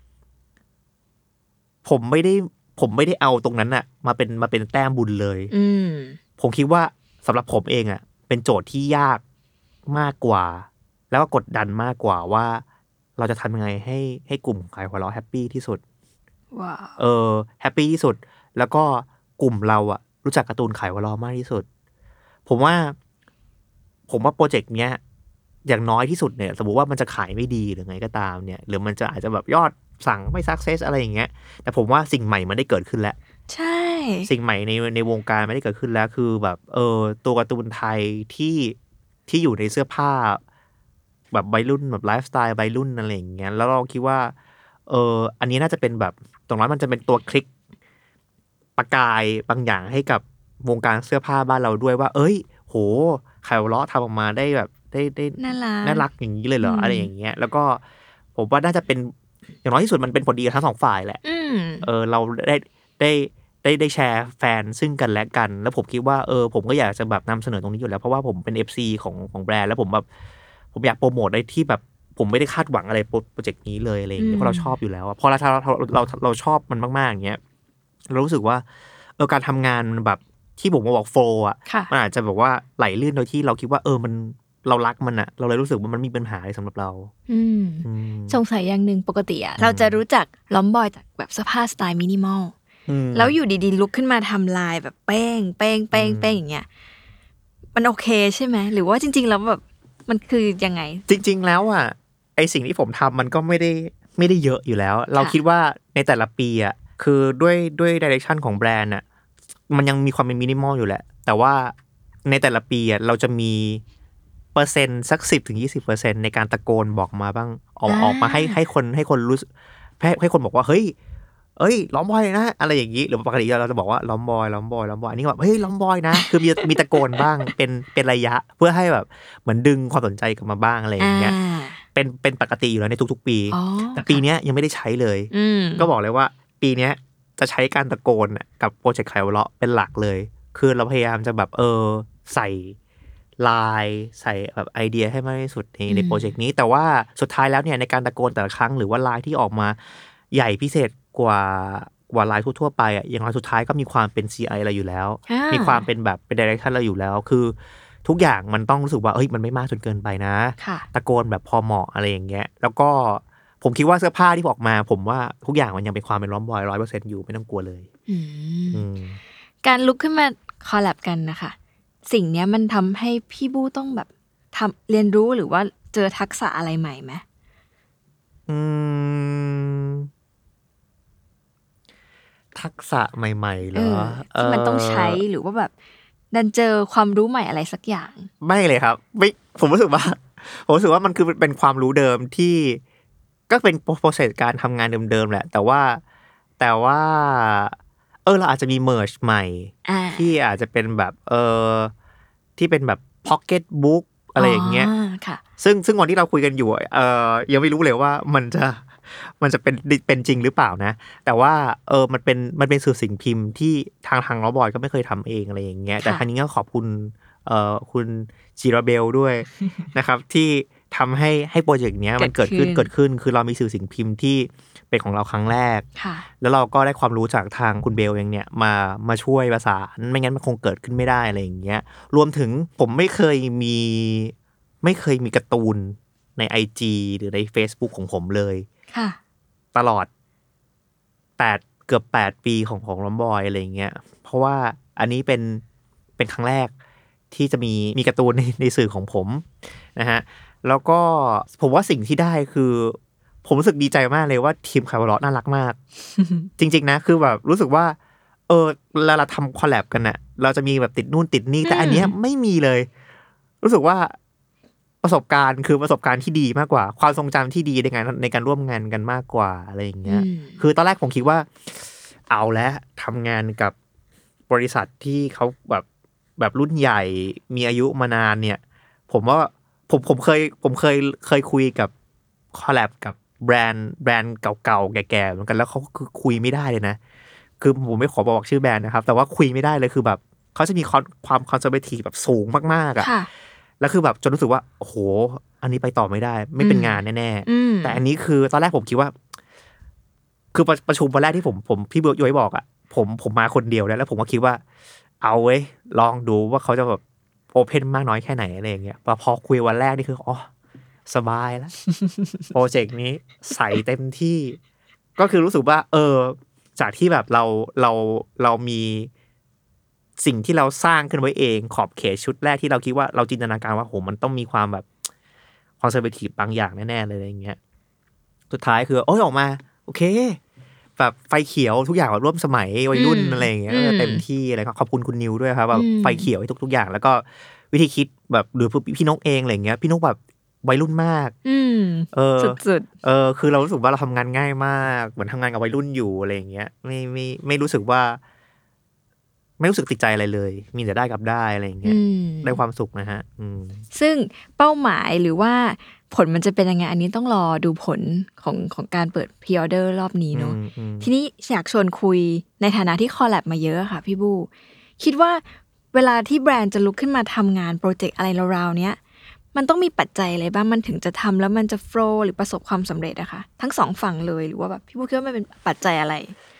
ผมไม่ได้ผมไม่ได้เอาตรงนั้นอะมาเป็นมาเป็นแต้มบุญเลยผมคิดว่าสำหรับผมเองอะเป็นโจทย์ที่ยากมากกว่าแล้วก็กดดันมากกว่าว่าเราจะทำยังไงให้ให้กลุ่มขายหัวเราะแฮปปี้ที่สุดว้าวเออแฮปปี้ที่สุดแล้วก็กลุ่มเราอะรู้จักการ์ตูนขายหัวเราะมากที่สุดผมว่าผมว่าโปรเจกต์เนี้ยอย่างน้อยที่สุดเนี่ยสมมติว่ามันจะขายไม่ดีหรือไงก็ตามเนี่ยหรือมันจะอาจจะแบบยอดสั่งไม่ซักเซสอะไรอย่างเงี้ยแต่ผมว่าสิ่งใหม่มันได้เกิดขึ้นแล้วใช่สิ่งใหม่ในในวงการมันได้เกิดขึ้นแล้วคือแบบเออตัวการ์ตูนไทยที่ที่อยู่ในเสื้อผ้าแบบวัยรุ่นแบบไลฟ์สไตล์วัยรุ่นอะไรอย่างเงี้ยแล้วเราคิดว่าเอออันนี้น่าจะเป็นแบบตรงนั้นมันจะเป็นตัวคลิกประกายบางอย่างให้กับวงการเสื้อผ้าบ้านเราด้วยว่าเอ้ยโหไขว่ล้อทำออกมาได้แบบได้ได้น่ารักน่ารักอย่างนี้เลยเหรออะไรอย่างเงี้ยแล้วก็ผมว่าน่าจะเป็นอย่างน้อยที่สุดมันเป็นผลดีกับทั้งสองฝ่ายแหละเออเราได้ได้ได้ได้แชร์แฟนซึ่งกันและกันแล้วผมคิดว่าเออผมก็อยากจะแบบนำเสนอตรงนี้อยู่แล้วเพราะว่าผมเป็น เอฟ ซี ของของแบรนด์แล้วผมแบบผมอยากโปรโมทได้ที่แบบผมไม่ได้คาดหวังอะไรโปรเจกต์นี้เลยอะไรอย่างเงี้ยเพราะเราชอบอยู่แล้วพอเราเราเราเราชอบมันมากๆอย่างเงี้ยเรารู้สึกว่าเออการทำงานแบบที่ผมมาบอกโฟล์อ่ะมันอาจจะแบบว่าไหลลื่นโดยที่เราคิดว่าเออมันเรารักมันอะเราเลยรู้สึกว่ามันมีปัญหาอะไรสำหรับเราสงสัยอย่างหนึ่งปกติอะเราจะรู้จักล้อมบอยจากแบบเสื้อผ้าสไตล์มินิมอลแล้วอยู่ดีๆลุกขึ้นมาทำลายแบบเป้งเป้งเป้งเป้งอย่างเงี้ยมันโอเคใช่ไหมหรือว่าจริงๆแล้วแบบมันคือยังไงจริงๆแล้วอ่ะไอสิ่งที่ผมทำมันก็ไม่ได้ไม่ได้เยอะอยู่แล้วเราคิดว่าในแต่ละปีอ่ะคือด้วยด้วยดิเรกชันของแบรนด์อ่ะมันยังมีความเป็นมินิมอลอยู่แหละแต่ว่าในแต่ละปีอ่ะเราจะมีเปอร์เซ็นต์สักสิบถึงยี่สิบเปอร์เซ็นต์ในการตะโกนบอกมาบ้างออกออกมาให้ให้คนให้คนรู้ให้ให้คนบอกว่าเฮ้ยเอ้ยล้อมบอยนะอะไรอย่างนี้หรือปกติเราจะบอกว่าล้อมบอยล้อมบอยล้อมบอยอันนี้แบบเฮ้ยล้อมบอยนะคือมีมีตะโกนบ้างเป็นเป็นระยะเพื่อให้แบบเหมือนดึงความสนใจกลับมาบ้างอะไรอย่างเงี้ยเป็นเป็นปกติอยู่แล้วในทุกๆปีแต่ปีนี้ยังไม่ได้ใช้เลยก็บอกเลยว่าปีนี้จะใช้การตะโกนกับโปรเจกต์ไขว่เลาะเป็นหลักเลยคือเราพยายามจะแบบเออใส่ลายใส่แบบไอเดียให้มากที่สุดในในโปรเจกต์นี้แต่ว่าสุดท้ายแล้วเนี่ยในการตะโกนแต่ละครั้งหรือว่าลายที่ออกมาใหญ่พิเศษกว่ากว่าลายทั่วๆไปอ่ะอย่างน้อยสุดท้ายก็มีความเป็น ซี ไอ อะไรอยู่แล้วมีความเป็นแบบเป็น direction เราอยู่แล้วคือทุกอย่างมันต้องรู้สึกว่าเอ้ยมันไม่มากจนเกินไปนะตะโกนแบบพอเหมาะอะไรอย่างเงี้ยแล้วก็ผมคิดว่าเสื้อผ้าที่ออกมาผมว่าทุกอย่างมันยังเป็นความเป็นล้อมบอย ร้อยเปอร์เซ็นต์ อยู่ไม่ต้องกลัวเลยการลุกขึ้นมาคอลแลบกันนะคะสิ่งนี้มันทำให้พี่บู้ต้องแบบทำเรียนรู้หรือว่าเจอทักษะอะไรใหม่ไหมอืมทักษะใหม่ๆเหรอที่มันต้องใช้หรือว่าแบบดันเจอความรู้ใหม่อะไรสักอย่างไม่เลยครับไม่ผมรู้สึกว่าผมรู้สึกว่ามันคือเป็นความรู้เดิมที่ก็เป็นโปรเซสการทำงานเดิมๆแหละแต่ว่าแต่ว่าเออเราอาจจะมี merge ใหม่ที่อาจจะเป็นแบบเออที่เป็นแบบ pocket book อะไรอย่างเงี้ยซึ่งซึ่งวันที่เราคุยกันอยู่เออยังไม่รู้เลยว่ามันจะมันจะเป็นเป็นจริงหรือเปล่านะแต่ว่าเออมันเป็นมันเป็นสื่อสิ่งพิมพ์ที่ทางทางล้อบอยก็ไม่เคยทำเองอะไรอย่างเงี้ยแต่ครั้งนี้ก็ขอบคุณเอ่อคุณจิราเบลด้วยนะครับที่ทำให้ให้โปรเจกต์เนี้ยมันเกิดขึ้นเกิดขึ้นคือเรามีสื่อสิ่งพิมพ์ที่เป็นของเราครั้งแรกแล้วเราก็ได้ความรู้จากทางคุณเบลเองเนี่ยมามาช่วยประสานไม่งั้นมันคงเกิดขึ้นไม่ได้อะไรอย่างเงี้ยรวมถึงผมไม่เคยมีไม่เคยมีการ์ตูนใน ไอ จี หรือใน Facebook ของผมเลยตลอดแปดเกือบแปดปีของของล้อมบอยอะไรอย่างเงี้ยเพราะว่าอันนี้เป็นเป็นครั้งแรกที่จะมีมีการ์ตูนในในสื่อของผมนะฮะแล้วก็ผมว่าสิ่งที่ได้คือผมรู้สึกดีใจมากเลยว่าทีมคาร์บอลน่ารักมาก จริงๆนะคือแบบรู้สึกว่าเออเวลาเราทำคอลแลบกันน่ะเราจะมีแบบติดนู่นติดนี่แต่อันเนี้ยไม่มีเลยรู้สึกว่าประสบการณ์คือประสบการณ์ที่ดีมากกว่าความทรงจำที่ดีในการในการร่วมงานกันมากกว่าอะไรอย่างเงี้ยคือตอนแรกผมคิดว่าเอาแล้วทำงานกับบริษัทที่เขาแบบแบบรุ่นใหญ่มีอายุมานานเนี่ยผมว่าผมผมเคยผมเคยเคยคุยกับคอลแลบกับแบรนด์แบรนด์เก่าๆแก่ๆเหมือนกันแล้วเขาคือคุยไม่ได้เลยนะคือผมไม่ขอบอกชื่อแบรนด์นะครับแต่ว่าคุยไม่ได้เลยคือแบบเขาจะมีความคอนเซอร์เวทีฟแบบสูงมากๆอ่ะแล้วคือแบบจนรู้สึกว่าโอ้โหอันนี้ไปต่อไม่ได้ไม่เป็นงานแน่ๆแต่อันนี้คือตอนแรกผมคิดว่าคือประชุมวันแรกที่ผมผมพี่เบิร์ดย้อยบอกอ่ะผมผมมาคนเดียวแล้วผมก็คิดว่าเอาเว้ยลองดูว่าเขาจะแบบโอเพนมากน้อยแค่ไหนอะไรอย่างเงี้ยพอพอคุยวันแรกนี่คืออ๋อสบายแล้วโปรเจกต์นี้ใส่เต็มที่ก็คือรู้สึกว่าเออจากที่แบบเราเราเรามีสิ่งที่เราสร้างขึ้นไว้เองขอบเขตชุดแรกที่เราคิดว่าเราจินตนาการว่าโหมันต้องมีความแบบคอนเซอร์เวทีฟบางอย่างแน่ๆเลยอะไรอย่างเงี้ยสุดท้ายคือโอ้ยออกมาโอเคแบบไฟเขียวทุกอย่างแบบร่วมสมัยวัยรุ่นอะไรอย่างเงี้ยเต็มที่อะไรก็ขอบคุณคุณนิวด้วยครับแบบไฟเขียวให้ทุกๆอย่างแล้วก็วิธีคิดแบบหรือพี่นกเองอะไรอย่างเงี้ยพี่นกแบบวัยรุ่นมากเออสุดๆเออคือเรารู้สึกว่าเราทำงานง่ายมากเหมือนทำงานกับวัยรุ่นอยู่อะไรอย่างเงี้ยไม่ไม่ไม่รู้สึกว่าไม่รู้สึกติดใจอะไรเลยมีแต่ได้กับได้อะไรอย่างเงี้ยได้ความสุขนะฮะซึ่งเป้าหมายหรือว่าผลมันจะเป็นยังไงอันนี้ต้องรอดูผลของของการเปิดพรีออเดอร์รอบนี้เนาะทีนี้อยากชวนคุยในฐานะที่คอลแลบมาเยอะค่ะพี่บูคิดว่าเวลาที่แบรนด์จะลุกขึ้นมาทำงานโปรเจกต์อะไรราวๆเนี้ยมันต้องมีปัจจัยอะไรบ้างมันถึงจะทำแล้วมันจะโฟลว์หรือประสบความสำเร็จอะคะทั้งสองฝั่งเลยหรือว่าแบบพี่บูคิดว่ามันเป็นปัจจัยอะไร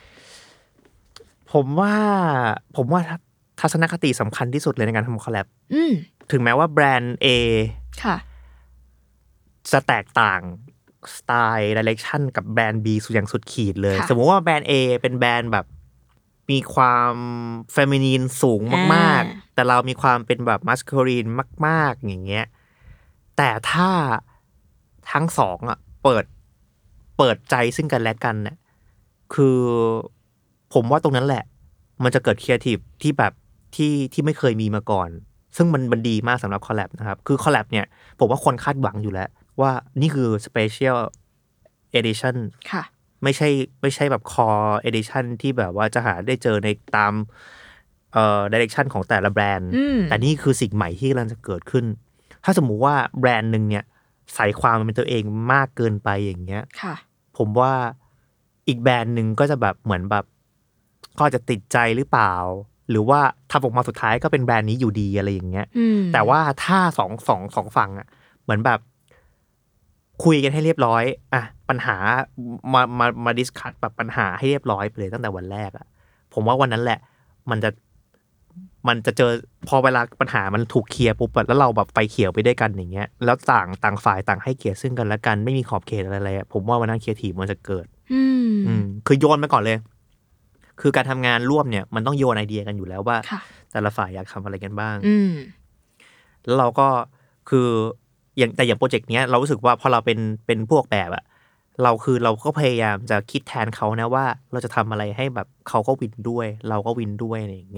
ผมว่าผมว่าทัศนคติสำคัญที่สุดเลยในการทำคอลแลบถึงแม้ว่าแบรนด์ A ค่ะจะแตกต่างสไตล์ดิเรกชันกับแบรนด์ B สุดอย่างสุดขีดเลยสมมุติว่าแบรนด์ A เป็นแบรนด์แบบมีความเฟมินีนสูงมากๆแต่เรามีความเป็นแบบมัสคูลีนมากๆอย่างเงี้ยแต่ถ้าทั้งสองอ่ะเปิดเปิดใจซึ่งกันและกันเนี่ยคือผมว่าตรงนั้นแหละมันจะเกิดครีเอทีฟที่แบบที่ที่ไม่เคยมีมาก่อนซึ่งมันมันดีมากสำหรับคอลแลบนะครับคือคอลแลบเนี่ยผมว่าคนคาดหวังอยู่แล้วว่านี่คือ Special Edition ค่ะไม่ใช่ไม่ใช่แบบ Core Edition ที่แบบว่าจะหาได้เจอในตามเอ่อ Direction ของแต่ละแบรนด์แต่นี่คือสิ่งใหม่ที่กำลังจะเกิดขึ้นถ้าสมมุติว่าแบรนด์นึงเนี่ยใส่ความเป็นตัวเองมากเกินไปอย่างเงี้ยผมว่าอีกแบรนด์นึงก็จะแบบเหมือนแบบก็จะติดใจหรือเปล่าหรือว่าถ้าออกมาสุดท้ายก็เป็นแบรนด์นี้อยู่ดีอะไรอย่างเงี้ยแต่ว่าถ้าสองสองสองฝั่งอ่ะเหมือนแบบคุยกันให้เรียบร้อยอ่ะปัญหามามามาดิสคัสแบบปัญหาให้เรียบร้อยไปเลยตั้งแต่วันแรกอ่ะผมว่าวันนั้นแหละมันจะมันจะเจอพอเวลาปัญหามันถูกเคลียร์ปุ๊บแล้วเราแบบไฟเขียวไปด้วยกันอย่างเงี้ยแล้วต่างต่างฝ่ายต่างให้เกียรติซึ่งกันและกันไม่มีขอบเขตอะไรเลยผมว่าวันนั้นครีเอทีฟมันจะเกิดอืมคือโยนไปก่อนเลยคือการทำงานร่วมเนี่ยมันต้องโยนไอเดียกันอยู่แล้วว่าแต่ละฝ่ายอยากทำอะไรกันบ้างแล้วเราก็คืออย่างแต่อย่างโปรเจกต์เนี้ยเรารู้สึกว่าพอเราเป็นเป็นพวกแบบอะเราคือเราก็พยายามจะคิดแทนเขานะว่าเราจะทำอะไรให้แบบเขาก็วินด้วยเราก็วินด้วยอะไรอย่างเงี้ย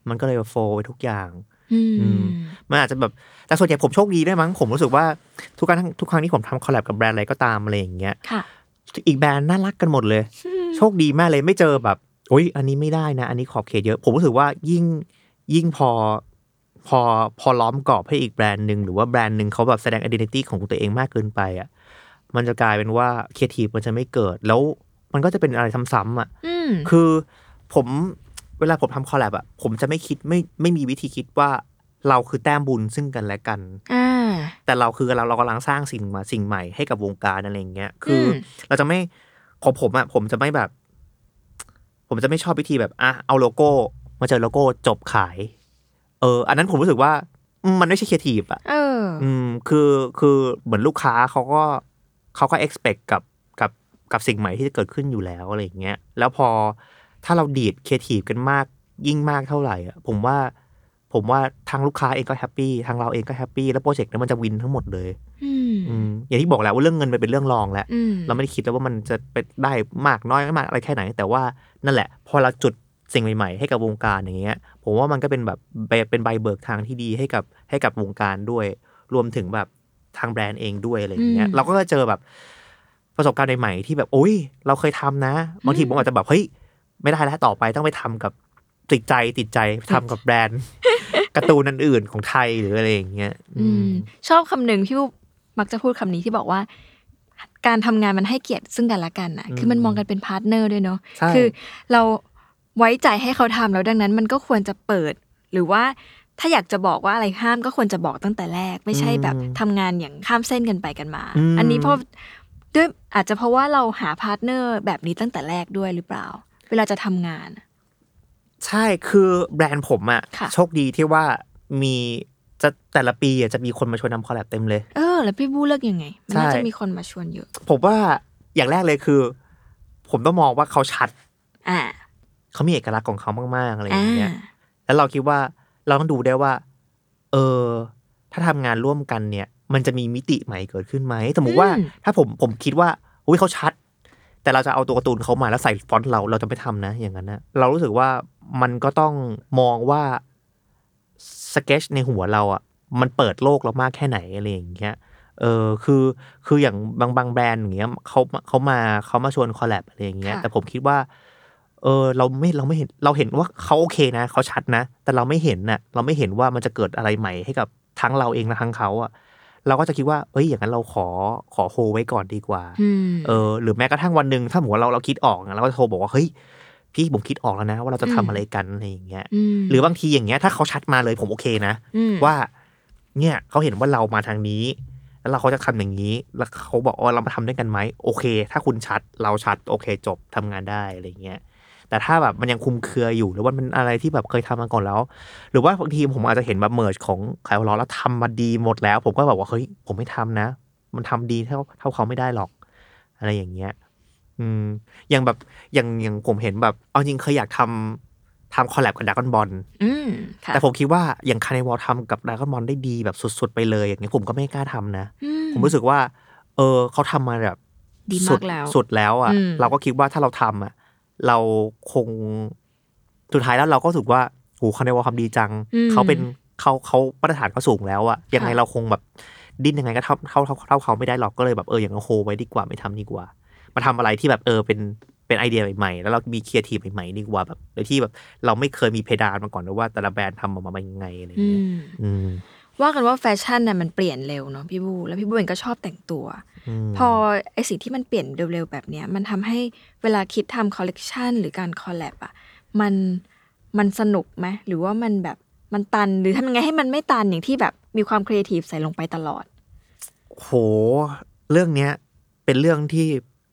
มันก็เลยโฟล์ไปทุกอย่างอืมมันอาจจะแบบแต่ส่วนใหญ่ผมโชคดีด้วยมั้งผมรู้สึกว่าทุกครั้งทุกครั้งที่ผมทำคอลแลบกับแบรนด์อะไรก็ตามอะไรอย่างเงี้ยอีกแบรนด์น่ารักกันหมดเลยโชคดีมากเลยไม่เจอแบบโอ๊ยอันนี้ไม่ได้นะอันนี้ขอบเขตเยอะผมรู้สึกว่ายิ่งยิ่งพอพอพอล้อมกรอบให้อีกแบรนด์นึงหรือว่าแบรนด์นึงเขาแบบแสดง identity ของตัวเองมากเกินไปอ่ะมันจะกลายเป็นว่า creative มันจะไม่เกิดแล้วมันก็จะเป็นอะไรซ้ำๆอ่ะคือผมเวลาผมทำคอลแลบอ่ะผมจะไม่คิดไม่ไม่มีวิธีคิดว่าเราคือแต้มบุญซึ่งกันและกันแต่เราคือเราเรากำลังสร้างสิ่งมาสิ่งใหม่ให้กับวงการอะไรอย่างเงี้ยคือเราจะไม่ของผมอ่ะผมจะไม่แบบผมจะไม่ชอบวิธีแบบอ่ะเอาโลโก้มาเจอโลโก้จบขายเอออันนั้นผมรู้สึกว่ามันไม่ใช่ครีเอทีฟอ่ะเอออืมคือคือเหมือนลูกค้าเขาก็เขาก็ expect กับกับกับสิ่งใหม่ที่จะเกิดขึ้นอยู่แล้วอะไรอย่างเงี้ยแล้วพอถ้าเราดีดครีเอทีฟกันมากยิ่งมากเท่าไหร่อ่ะผมว่าผมว่าทางลูกค้าเองก็แฮปปี้ทางเราเองก็แฮปปี้แล้วโปรเจกต์นั้นมันจะวินทั้งหมดเลยอืมอย่างที่บอกแล้วว่าเรื่องเงินมันเป็นเรื่องรองแล้วเราไม่ได้คิดแล้วว่ามันจะเป็นได้มากน้อยมากอะไรแค่ไหนแต่ว่านั่นแหละพอเราจุดสิ่งใหม่ๆให้กับวงการอย่างเงี้ยผมว่ามันก็เป็นแบบเป็นใบเบิกทางที่ดีให้กับให้กับวงการด้วยรวมถึงแบบทางแบรนด์เองด้วยอะไรอย่างเงี้ยเราก็เจอแบบประสบการณ์ใหม่ๆที่แบบโอ๊ยเราเคยทำนะบางทีผมอาจจะแบบเฮ้ยไม่ได้แล้วต่อไปต้องไปทำกับติดใจติดใจทำกับแบรนด์การ์ตูนอื่นๆของไทยหรืออะไรอย่างเงี้ยชอบคำหนึ่งพี่มักจะพูดคำนี้ที่บอกว่าการทำงานมันให้เกียรติซึ่งกันและกันน่ะคือมันมองกันเป็นพาร์ทเนอร์ด้วยเนาะคือเราไว้ใจให้เขาทำแล้วดังนั้นมันก็ควรจะเปิดหรือว่าถ้าอยากจะบอกว่าอะไรห้ามก็ควรจะบอกตั้งแต่แรกไม่ใช่แบบทำงานอย่างข้ามเส้นกันไปกันมาอันนี้เพราะด้วยอาจจะเพราะว่าเราหาพาร์ทเนอร์แบบนี้ตั้งแต่แรกด้วยหรือเปล่าเวลาจะทำงานใช่คือแบรนด์ผมอะโชคดีที่ว่ามีจะแต่ละปีอ่ะจะมีคนมาชวนทำคอลแลบเต็มเลยเออแล้วพี่บู้เลือกยังไงมันน่าจะมีคนมาชวนเยอะผมว่าอย่างแรกเลยคือผมต้องมองว่าเขาชัดอ่าเขามีเอกลักษณ์ของเขามากๆอะไรอย่างเงี้ยแล้วเราคิดว่าเราต้องดูได้ว่าเออถ้าทำงานร่วมกันเนี่ยมันจะมีมิติใหม่เกิดขึ้นไหมสมมติว่าถ้าผมผมคิดว่าอุ้ยเขาชัดแต่เราจะเอาตัวการ์ตูนเขามาแล้วใส่ฟอนต์เราเราจะไม่ทำนะอย่างนั้นนะเรารู้สึกว่ามันก็ต้องมองว่าสเก็ตในหัวเราอ่ะมันเปิดโลกเรามากแค่ไหนอะไรอย่างเงี้ยเออคือคืออย่างบางบางแบรนด์อย่างเงี้ยเขาเขามาเขามาชวนคอลแลบอะไรอย่างเงี้ยแต่ผมคิดว่าเออเราไม่เราไม่เห็นเราเห็นว่าเขาโอเคนะเขาชัดนะแต่เราไม่เห็นน่ะเราไม่เห็นว่ามันจะเกิดอะไรใหม่ให้กับทั้งเราเองและทั้งเขาอ่ะเราก็จะคิดว่าเอ้ยอย่างนั้นเราขอขอโฮไว้ก่อนดีกว่าเออหรือแม้กระทั่งวันนึงถ้าหมูเราเราคิดออกเราก็จะโทรบอกว่าเฮ้ยพี่ผมคิดออกแล้วนะว่าเราจะทำอะไรกันอะไรอย่างเงี้ยหรือบางทีอย่างเงี้ยถ้าเขาชัดมาเลยผมโอเคนะว่าเนี่ยเขาเห็นว่าเรามาทางนี้แล้วเราเขาจะทำอย่างนี้แล้วเขาบอกว่าเรามาทำด้วยกันไหมโอเคถ้าคุณชัดเราชัดโอเคจบทำงานได้อะไรเงี้ยแต่ถ้าแบบมันยังคุมเครืออยู่หรือว่ามันอะไรที่แบบเคยทำมาก่อนแล้วหรือว่าบางทีผมอาจจะเห็นแบบเมิร์จของขายหัวเราะแล้วทำมาดีหมดแล้วผมก็แบบว่าเฮ้ยผมไม่ทำนะมันทำดีเท่าเท่าเขาไม่ได้หรอกอะไรอย่างเงี้ยอืมอย่างแบบอย่างอย่างผมเห็นแบบเอาจริงเคยอยากทำทำคอลแลบกับดราก้อนบอลแต่ผมคิดว่าอย่างคาร์เนวอลทำกับดราก้อนบอลได้ดีแบบสุดๆไปเลยอย่างเงี้ยผมก็ไม่กล้าทำนะผมรู้สึกว่าเออเขาทำมาแบบดีมากแล้วสุดแล้วอ่ะเราก็คิดว่าถ้าเราทำอ่ะเราคงสุดท้ายแล้วเราก็รู้สึกว่าโหคาร์เนวอลทำดีจังเขาเป็นเขาเขามาตรฐานเขาสูงแล้วอ่ะยังไงเราคงแบบดิ้นยังไงก็เท่าเท่าเท่าเท่าเขาไม่ได้หรอกก็เลยแบบเอออย่างโฮไว้ดีกว่าไม่ทำดีกว่ามาทำอะไรที่แบบเออเป็นเป็นไอเดียใหม่ๆแล้วเรามีครีเอทีฟใหม่ๆดีกว่าแบบโดยที่แบบเราไม่เคยมีเพดานมาก่อนเลยว่าแต่ละแบรนด์ทำออกมาเป็นยังไงอะไรอย่างเงี้ยว่ากันว่าแฟชั่นน่ะมันเปลี่ยนเร็วเนาะพี่บูแล้วพี่บูเองก็ชอบแต่งตัวพอไอสิ่งที่มันเปลี่ยนเร็วๆแบบเนี้ยมันทำให้เวลาคิดทำคอลเลกชันหรือการคอลแลบอ่ะมันมันสนุกไหมหรือว่ามันแบบมันตันหรือทำยังไงให้มันไม่ตันอย่างที่แบบมีความครีเอทีฟใส่ลงไปตลอดโหเรื่องเนี้ยเป็นเรื่องที่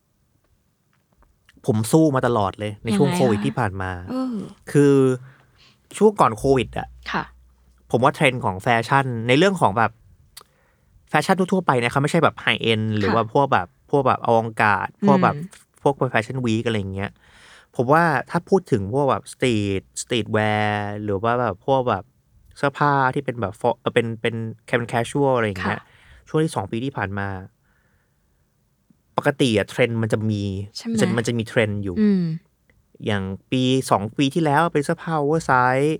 ผมสู้มาตลอดเลยในช่วงโควิดที่ผ่านมาคือช่วงก่อนโควิดอ่ะผมว่าเทรนด์ของแฟชั่นในเรื่องของแบบแฟชั่นทั่วๆไปเนี่ยเขาไม่ใช่แบบไฮเอ็นหรือว่าพวกแบบพวกแบบอวองการ์ดพวกแบบพวกแฟชั่นวีคอะไรอย่างเงี้ยผมว่าถ้าพูดถึงพวกแบบสตรีทสตรีทแวร์หรือว่าแบบพวกแบบเสื้อผ้าที่เป็นแบบเป็นเป็นแคมป์แคชชวลอะไรอย่างเงี้ยช่วงที่สองปีที่ผ่านมาปกติอะเทรนด์มันจะมีมันจะมีเทรนด์อยู่อย่างปีสองปีที่แล้วเป็นเสื้อผ้าโอเวอร์ไซส์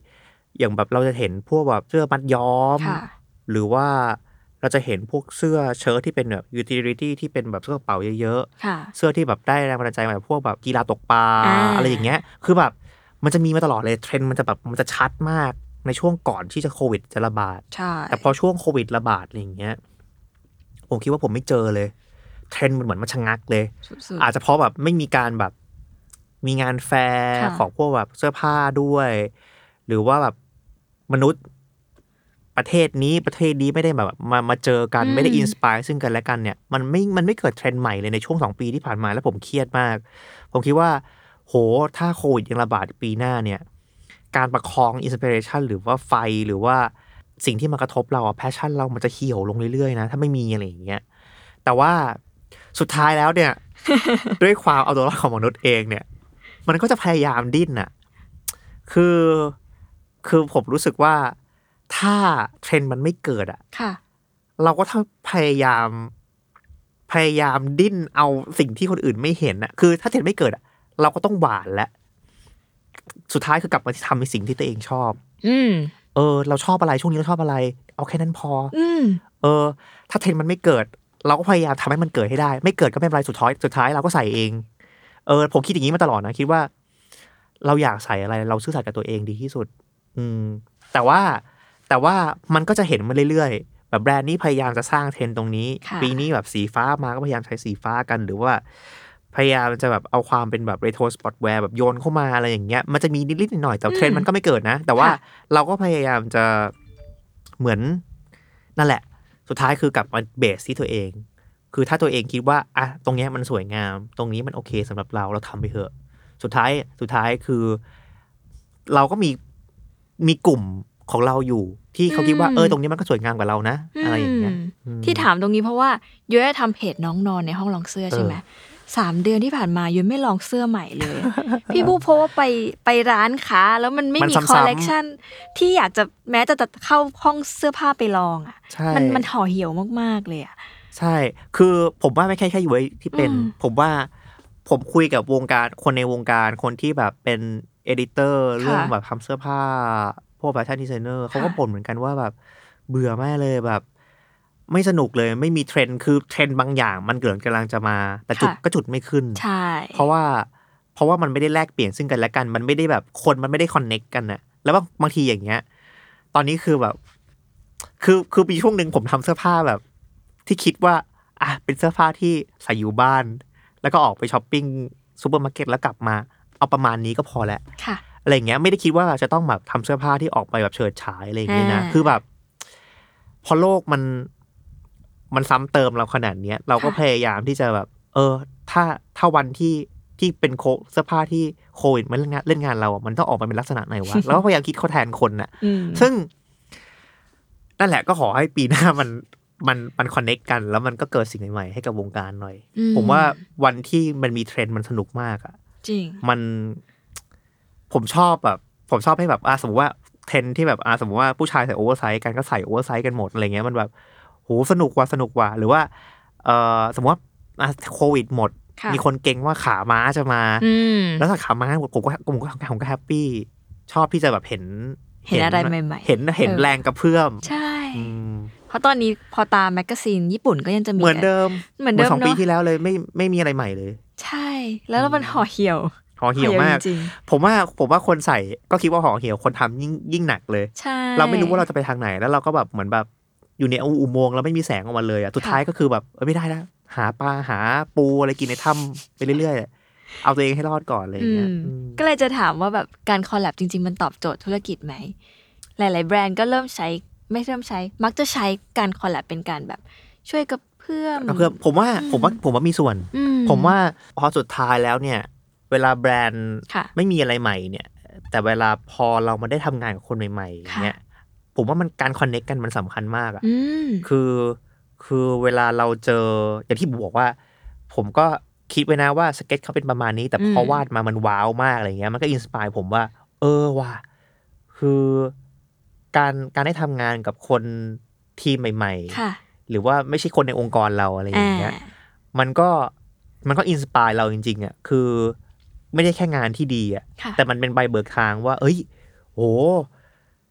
อย่างแบบเราจะเห็นพวกแบบเสื้อมัดย้อมหรือว่าเราจะเห็นพวกเสื้อเชิ้ตที่เป็นแบบ utility ที่เป็นแบบเสื้อกระเป๋าเยอะๆเสื้อที่แบบได้แรงบันดาลใจมาจากพวกแบบกีฬาตกปลา อ, อะไรอย่างเงี้ยคือแบบมันจะมีมาตลอดเลยเทรนด์มันจะแบบมันจะชัดมากในช่วงก่อนที่จะโควิดจะระบาดแต่พอช่วงโควิดระบาดอะไรอย่างเงี้ยผมคิดว่าผมไม่เจอเลยเทรนด์มันเหมือนมันชะงักเลยอาจจะเพราะแบบไม่มีการแบบมีงานแฟร์ของพวกแบบเสื้อผ้าด้วยหรือว่าแบบมนุษย์ประเทศนี้ประเทศนี้ไม่ได้แบบมามาเจอกันไม่ได้อินสไปร์ซึ่งกันและกันเนี่ยมันไม่มันไม่เกิดเทรนด์ใหม่เลยในช่วงสองปีที่ผ่านมาแล้วผมเครียดมากผมคิดว่าโหถ้าโควิดยังระบาดปีหน้าเนี่ยการประคองอินสปิเรชันหรือว่าไฟหรือว่าสิ่งที่มากระทบเราแพชชั่นเรามันจะเหี่ยวลงเรื่อยๆนะถ้าไม่มีอะไรอย่างเงี้ยแต่ว่าสุดท้ายแล้วเนี่ย ด้วยความเอาตัวรอดของมนุษย์เองเนี่ยมันก็จะพยายามดิ้นน่ะคือคือผมรู้สึกว่าถ้าเทรนด์มันไม่เกิดอ่ะเราก็ต้องพยายามพยายามดิ้นเอาสิ่งที่คนอื่นไม่เห็นอ่ะคือถ้าเทรนด์ไม่เกิดอ่ะเราก็ต้องหวานและสุดท้ายคือกลับมาทำในสิ่งที่ตัวเองชอบอืมเออเราชอบอะไรช่วงนี้เราชอบอะไรเอาแค่นั้นพออืมเออถ้าเทรนด์มันไม่เกิดเราก็พยายามทำให้มันเกิดให้ได้ไม่เกิดก็ไม่เป็นไรสุดท้ายสุดท้ายเราก็ใส่เองเออผมคิดอย่างนี้มาตลอดนะคิดว่าเราอยากใส่อะไรเราซื่อสัตย์กับตัวเองดีที่สุดอืมแต่ว่าแต่ว่ามันก็จะเห็นมาเรื่อยๆแบบแบรนด์นี้พยายามจะสร้างเทรนด์ตรงนี้ปีนี้แบบสีฟ้ามาก็พยายามใช้สีฟ้ากันหรือว่าพยายามจะแบบเอาความเป็นแบบเรโทรสปอร์ตแวร์แบบโยนเข้ามาอะไรอย่างเงี้ยมันจะมีนิดๆหน่อยๆแต่เทรนด์มันก็ไม่เกิดนะแต่ว่าเราก็พยายามจะเหมือนนั่นแหละสุดท้ายคือกลับมาเบสที่ตัวเองคือถ้าตัวเองคิดว่าอ่ะตรงนี้มันสวยงามตรงนี้มันโอเคสำหรับเราเราทำไปเถอะสุดท้ายสุดท้ายคือเราก็มีมีกลุ่มของเราอยู่ที่เขาคิดว่าเออตรงนี้มันก็สวยงามกว่าเรานะอะไรอย่างเงี้ยที่ถามตรงนี้เพราะว่ายุ้ยทำเพจน้องนอนในห้องลองเสื้อใช่ไหมสามเดือนที่ผ่านมายุ้ยไม่ลองเสื้อใหม่เลยพี่บู๊เพราะว่าไปไปร้านค้าแล้วมันไม่มีคอลเลกชันที่อยากจะแม้จะเข้าห้องเสื้อผ้าไปลองอ่ะมันมันห่อเหี่ยวมากๆเลยอ่ะใช่คือผมว่าไม่แค่แค่ยุ้ยที่เป็นผมว่าผมคุยกับวงการคนในวงการคนที่แบบเป็นเอดิเตอร์เรื่องแบบทำเสื้อผ้าพวกแฟชั่นดีไซเนอร์เขาก็บ่นเหมือนกันว่าแบบเบื่อมากเลยแบบไม่สนุกเลยไม่มีเทรนด์คือเทรนด์บางอย่างมันเกิดกำลังจะมาแต่จุดก็จุดไม่ขึ้นใช่เพราะว่าเพราะว่ามันไม่ได้แลกเปลี่ยนซึ่งกันและกันมันไม่ได้แบบคนมันไม่ได้คอนเน็กกันนะแล้วบางทีอย่างเงี้ยตอนนี้คือแบบคือคือปีช่วงนึงผมทำเสื้อผ้าแบบที่คิดว่าอ่ะเป็นเสื้อผ้าที่ใส่อยู่บ้านแล้วก็ออกไปช้อปปิ้งซูเปอร์มาร์เก็ตแล้วกลับมาเอาประมาณนี้ก็พอแล้วอะไรอย่างเงี้ยไม่ได้คิดว่าจะต้องแบบทำเสื้อผ้าที่ออกไปแบบเฉิดฉายอะไรอย่างเงี้ยนะคือแบบพอโลกมันมันซ้ำเติมเราขนาดนี้เราก็พยายามที่จะแบบเออถ้าถ้าวันที่ที่เป็นโคเสื้อผ้าที่โควิดมันเล่นงานเล่นงานเรามันต้องออกมาเป็นลักษณะไหนวะ แล้วก็พยายามคิดเขาแทนคนน่ะซึ่งนั่นแหละก็ขอให้ปีหน้ามันมันมันคอนเนคกันแล้วมันก็เกิดสิ่งใหม่ๆให้กับวงการหน่อยผมว่าวันที่มันมีเทรนด์มันสนุกมากอ่ะจริงมันผมชอบแบบผมชอบให้แบบอ่ะสมมติว่าเทรนด์ที่แบบอ่ะสมมติว่าผู้ชายใส่โอเวอร์ไซส์กันก็ใส่โอเวอร์ไซส์กันหมดอะไรเงี้ยมันแบบโหสนุกว่ะสนุกว่ะหรือว่าเอ่อสมมติว่าอ่ะโควิดหมดมีคนเก่งว่าขาม้าจะมาแล้วถ้าขาม้าผมก็ผมก็ผมก็แฮปปี้ชอบที่จะแบบเห็นเห็นอะไรใหม่ๆเห็นเห็นแรงกระเพื่อมใช่เพราะตอนนี้พอตามแมกกาซีนญี่ปุ่นก็ยังจะมีเหมือนเดิมเหมือนเดิมสองปีที่แล้วเลยไม่ไม่มีอะไรใหม่เลยใช่แล้วมันห่อเหี่ยวห่อเหี่ยวมากผมว่าผมว่าคนใส่ก็คิดว่าห่อเหี่ยวคนทำยิ่งยิ่งหนักเลยเราไม่รู้ว่าเราจะไปทางไหนแล้วเราก็แบบเหมือนแบบอยู่ในอุโมงค์แล้วไม่มีแสงออกมาเลยอ่ะสุดท้ายก็คือแบบเออไม่ได้แล้วหาปลาหาปูอะไรกินในถ้ำไปเรื่อยๆเอาตัวเองให้รอดก่อนอะไรอย่างเงี้ยก็เลยจะถามว่าแบบการคอลแลบจริงๆมันตอบโจทย์ธุรกิจไหมหลายๆแบรนด์ก็เริ่มใช้ไม่เริ่มใช้มักจะใช้การคอลแลบเป็นการแบบช่วยกับเพื่อนกับเพื่อนผมว่าผมว่าผมว่ามีส่วนผมว่าพอสุดท้ายแล้วเนี่ยเวลาแบรนด์ไม่มีอะไรใหม่เนี่ยแต่เวลาพอเรามาได้ทำงานกับคนใหม่ๆเนี่ยผมว่ามันการคอนเนคกันมันสำคัญมากอ่ะคือคือเวลาเราเจออย่างที่ผมบอกว่าผมก็คิดไว้นะว่าสเก็ตเขาเป็นประมาณนี้แต่พอวาดมามันว้าวมากอะไรเงี้ยมันก็อินสไปร์ผมว่าเออว่ะคือการการได้ทำงานกับคนทีมใหม่ๆหรือว่าไม่ใช่คนในองค์กรเราอะไรอย่างเงี้ยมันก็มันก็อินสไปร์เราจริงๆอ่ะคือไม่ได้แค่งานที่ดีอ่ะแต่มันเป็นใบเบิกทางว่าเอ้ยโห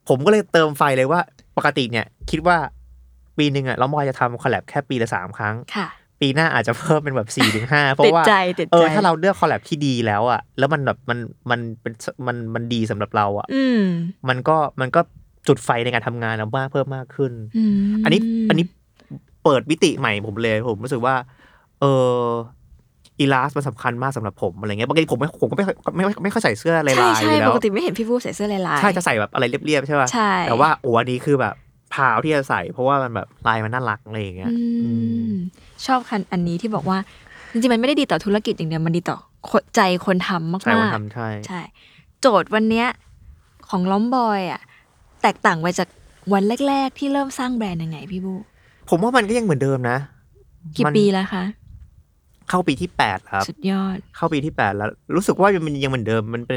ผมก็เลยเติมไฟเลยว่าปกติเนี่ยคิดว่าปีนึงอ่ะเรามอยจะทำคอลแลบแค่ปีละสามครั้งปีหน้าอาจจะเพิ่มเป็นแบบ สี่ถึงห้า เพราะว่าเออถ้าเราเลือกคอลแลบที่ดีแล้วอ่ะแล้วมันแบบมันมันเป็นมันมันดีสำหรับเราอ่ะมันก็มันก็จุดไฟในการทำงานเรามากเพิ่มมากขึ้นอันนี้อันนี้เปิดมิติใหม่ผมเลยผมรู้สึกว่าเอออีลาสมันสำคัญมากสำหรับผมอะไรเงี้ยปกติผมไม่ผมก็ไม่ไม่ไม่ค่อยใส่เสื้อลายๆอยู่แล้วใช่ปกติไม่เห็นพี่ฟูใส่เสื้อลายๆใช่จะใส่แบบอะไรเรียบๆใช่ป่ะแต่ว่าโอ้อันนี้คือแบบพาวที่จะใส่เพราะว่ามันแบบลายมันน่ารักอะไรอย่างเงี้ยชอบคันอันนี้ที่บอกว่าจริงๆมันไม่ได้ดีต่อธุรกิจอย่างเดียวมันดีต่อใจคนทำมากๆใจคนทำใช่ใช่โจทย์วันเนี้ยของล้อมบอยอ่ะแตกต่างไปจากวันแรกๆที่เริ่มสร้างแบรนด์ยังไงพี่บูผมว่ามันก็ยังเหมือนเดิมนะกี่ปีแล้วคะเข้าปีที่แปดครับสุดยอดเข้าปีที่แปดแล้วรู้สึกว่ามันยังเหมือนเดิมมันเป็น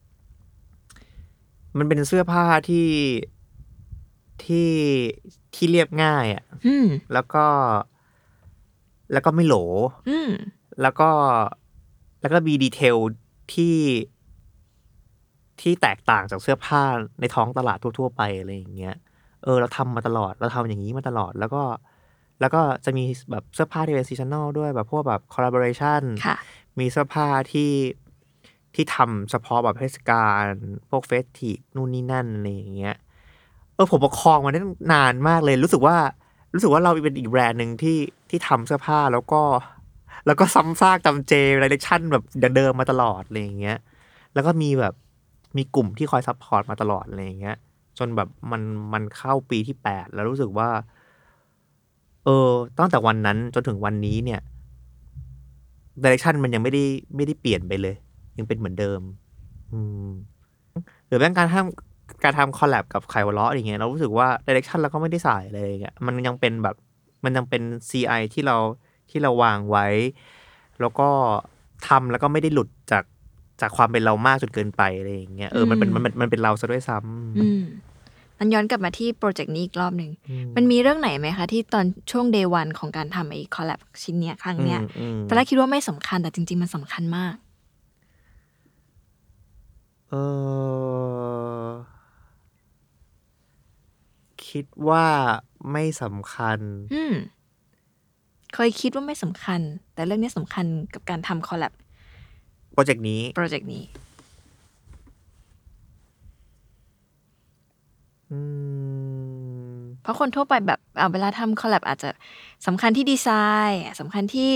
มันเป็นเสื้อผ้าที่ที่ที่เรียบง่ายอ่ะแล้วก็แล้วก็ไม่โหลแล้วก็แล้วก็มีดีเทลที่ที่แตกต่างจากเสื้อผ้าในท้องตลาดทั่วๆไปอะไรอย่างเงี้ยเออเราทำมาตลอดเราทำอย่างนี้มาตลอดแล้วก็แล้วก็จะมีแบบเสื้อผ้าที่เป็นซีซันนอลด้วยแบบพวกแบบคอลลาบอเรชั่นมีเสื้อผ้าที่ที่ทำเฉพาะแบบเทศกาลพวกเฟสทีฟนู่นนี่นั่นอะไรอย่างเงี้ยเออผมประคองมาได้นานมากเลยรู้สึกว่ารู้สึกว่าเราเป็นอีกแบรนด์หนึ่งที่ที่ทำเสื้อผ้าแล้วก็แล้วก็ซ้ำซากจำเจไดเรคชั่นแบบเดิมมาตลอดอะไรอย่างเงี้ยแล้วก็มีแบบมีกลุ่มที่คอยซัพพอร์ตมาตลอดอะไรอย่างเงี้ยจนแบบมันมันเข้าปีที่แปดแล้วรู้สึกว่าเออตั้งแต่วันนั้นจนถึงวันนี้เนี่ยไดเรคชั่นมันยังไม่ได้ไม่ได้เปลี่ยนไปเลยยังเป็นเหมือนเดิมอืมหรือแม้การทำการทำคอลแลบกับไข่หัวเราะอย่างเงี้ยเรารู้สึกว่าไดเรคชั่นเราก็ไม่ได้ใส่อะไรอย่างเงี้ยมันยังเป็นแบบมันยังเป็น ซี ไอ ที่เราที่เราวางไว้แล้วก็ทำแล้วก็ไม่ได้หลุดจากจากความเป็นเรามากจนเกินไปอะไรอย่างเงี้ยเออมันเป็นมันมันเป็นเราซะด้วยซ้ำมันย้อนกลับมาที่โปรเจกต์นี้อีกรอบหนึ่งมันมีเรื่องไหนไหมคะที่ตอนช่วง day one ของการทำไอ้คอลแลบชิ้นเนี้ยครั้งเนี้ยตอนแรกคิดว่าไม่สำคัญแต่จริงๆมันสำคัญมากเออคิดว่าไม่สำคัญอืมเคยคิดว่าไม่สำคัญแต่เรื่องนี้สำคัญกับการทำคอลแลบโปรเจกต์นี้โปรเจกต์นี้เพราะคนทั่วไปแบบเวลาทำคอลแลบอาจจะสำคัญที่ดีไซน์สำคัญที่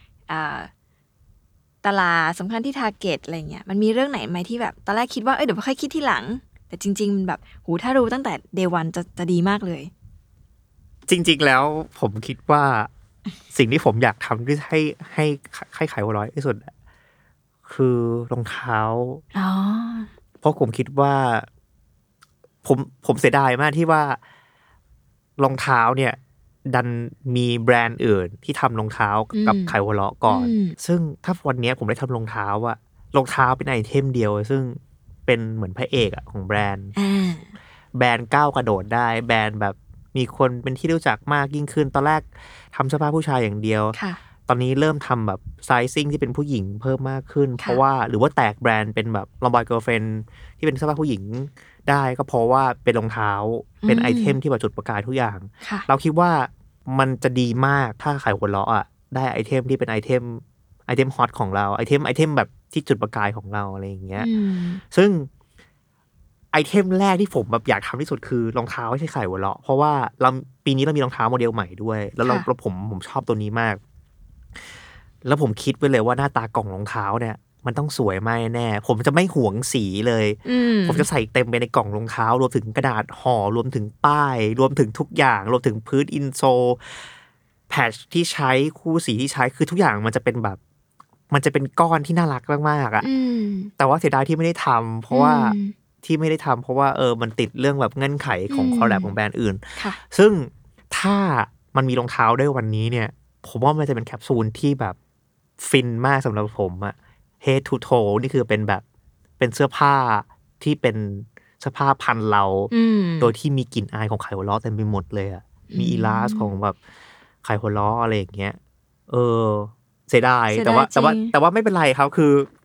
ตลาดสำคัญที่ทาร์เก็ตอะไรเงี้ยมันมีเรื่องไหนไหมที่แบบตอนแรกคิดว่าเอ้ยเดี๋ยวค่อยคิดที่หลังแต่จริงๆมันแบบหูถ้ารู้ตั้งแต่ day one จะจะดีมากเลยจริงๆแล้วผมคิดว่าสิ่งที่ผมอยากทำที่ให้ให้ให้ขายหัวร้อยที่สุดคือรองเท้าเพราะผมคิดว่าผมผมเสียดายมากที่ว่ารองเท้าเนี่ยดันมีแบรนด์อื่นที่ทำรองเท้ากับไข่หัวเราะก่อนซึ่งถ้าวันนี้ผมได้ทำรองเท้าอะรองเท้าเป็นไอเทมเดียวซึ่งเป็นเหมือนพระเอกอะของแบรนด์แบรนด์ก้าวกระโดดได้แบรนด์แบบมีคนเป็นที่รู้จักมากยิ่งขึ้นตอนแรกทำเสื้อผ้าผู้ชายอย่างเดียวตอนนี้เริ่มทำแบบไซซิ่งที่เป็นผู้หญิงเพิ่มมากขึ้นเพราะว่าหรือว่าแตกแบรนด์เป็นแบบลอมบอยเกิร์ลเฟรนด์ที่เป็นเสื้อผ้าผู้หญิงได้ก็เพราะว่าเป็นรองเท้าเป็นไอเทมที่แบบจุดประกายทุกอย่างเราคิดว่ามันจะดีมากถ้าขายหัวเราะอ่ะได้ไอเทมที่เป็นไอเทมไอเทมฮอตของเราไอเทมไอเทมแบบที่จุดประกายของเราอะไรอย่างเงี้ยซึ่งไอเทมแรกที่ผมแบบอยากทำที่สุดคือรองเท้าไม่ใช่ไข่หัวเราะเพราะว่าเราปีนี้เรามีรองเท้าโมเดลใหม่ด้วยแล้วเราผมผมชอบตัวนี้มากแล้วผมคิดไว้เลยว่าหน้าตากล่องรองเท้าเนี่ยมันต้องสวยมากแน่ผมจะไม่หวงสีเลยผมจะใส่เต็มไปในกล่องรองเท้ารวมถึงกระดาษห่อรวมถึงป้ายรวมถึงทุกอย่างรวมถึงพื้นอินโซลแพทช์ที่ใช้คู่สีที่ใช้คือทุกอย่างมันจะเป็นแบบมันจะเป็นก้อนที่น่ารักมากๆอ่ะแต่ว่าเสียดายที่ไม่ได้ทำเพราะว่าที่ไม่ได้ทำเพราะว่าเออมันติดเรื่องแบบเงื่อนไขของคอลแลบของแบรนด์อื่นซึ่งถ้ามันมีรองเท้าได้วันนี้เนี่ยผมว่ามันจะเป็นแคปซูลที่แบบฟินมากสำหรับผมอะhead to toe นี่คือเป็นแบบเป็นเสื้อผ้าที่เป็นเสื้อผ้าพันเราโดยที่มีกลิ่นอายของไข่หัวเราะเต็มไปหมดเลยอ่ะมีอีลาสของแบบไข่หัวเราะอะไรอย่างเงี้ยเออเสียดายแต่ว่าแต่ว่าแต่ว่าไม่เป็นไรครับคือ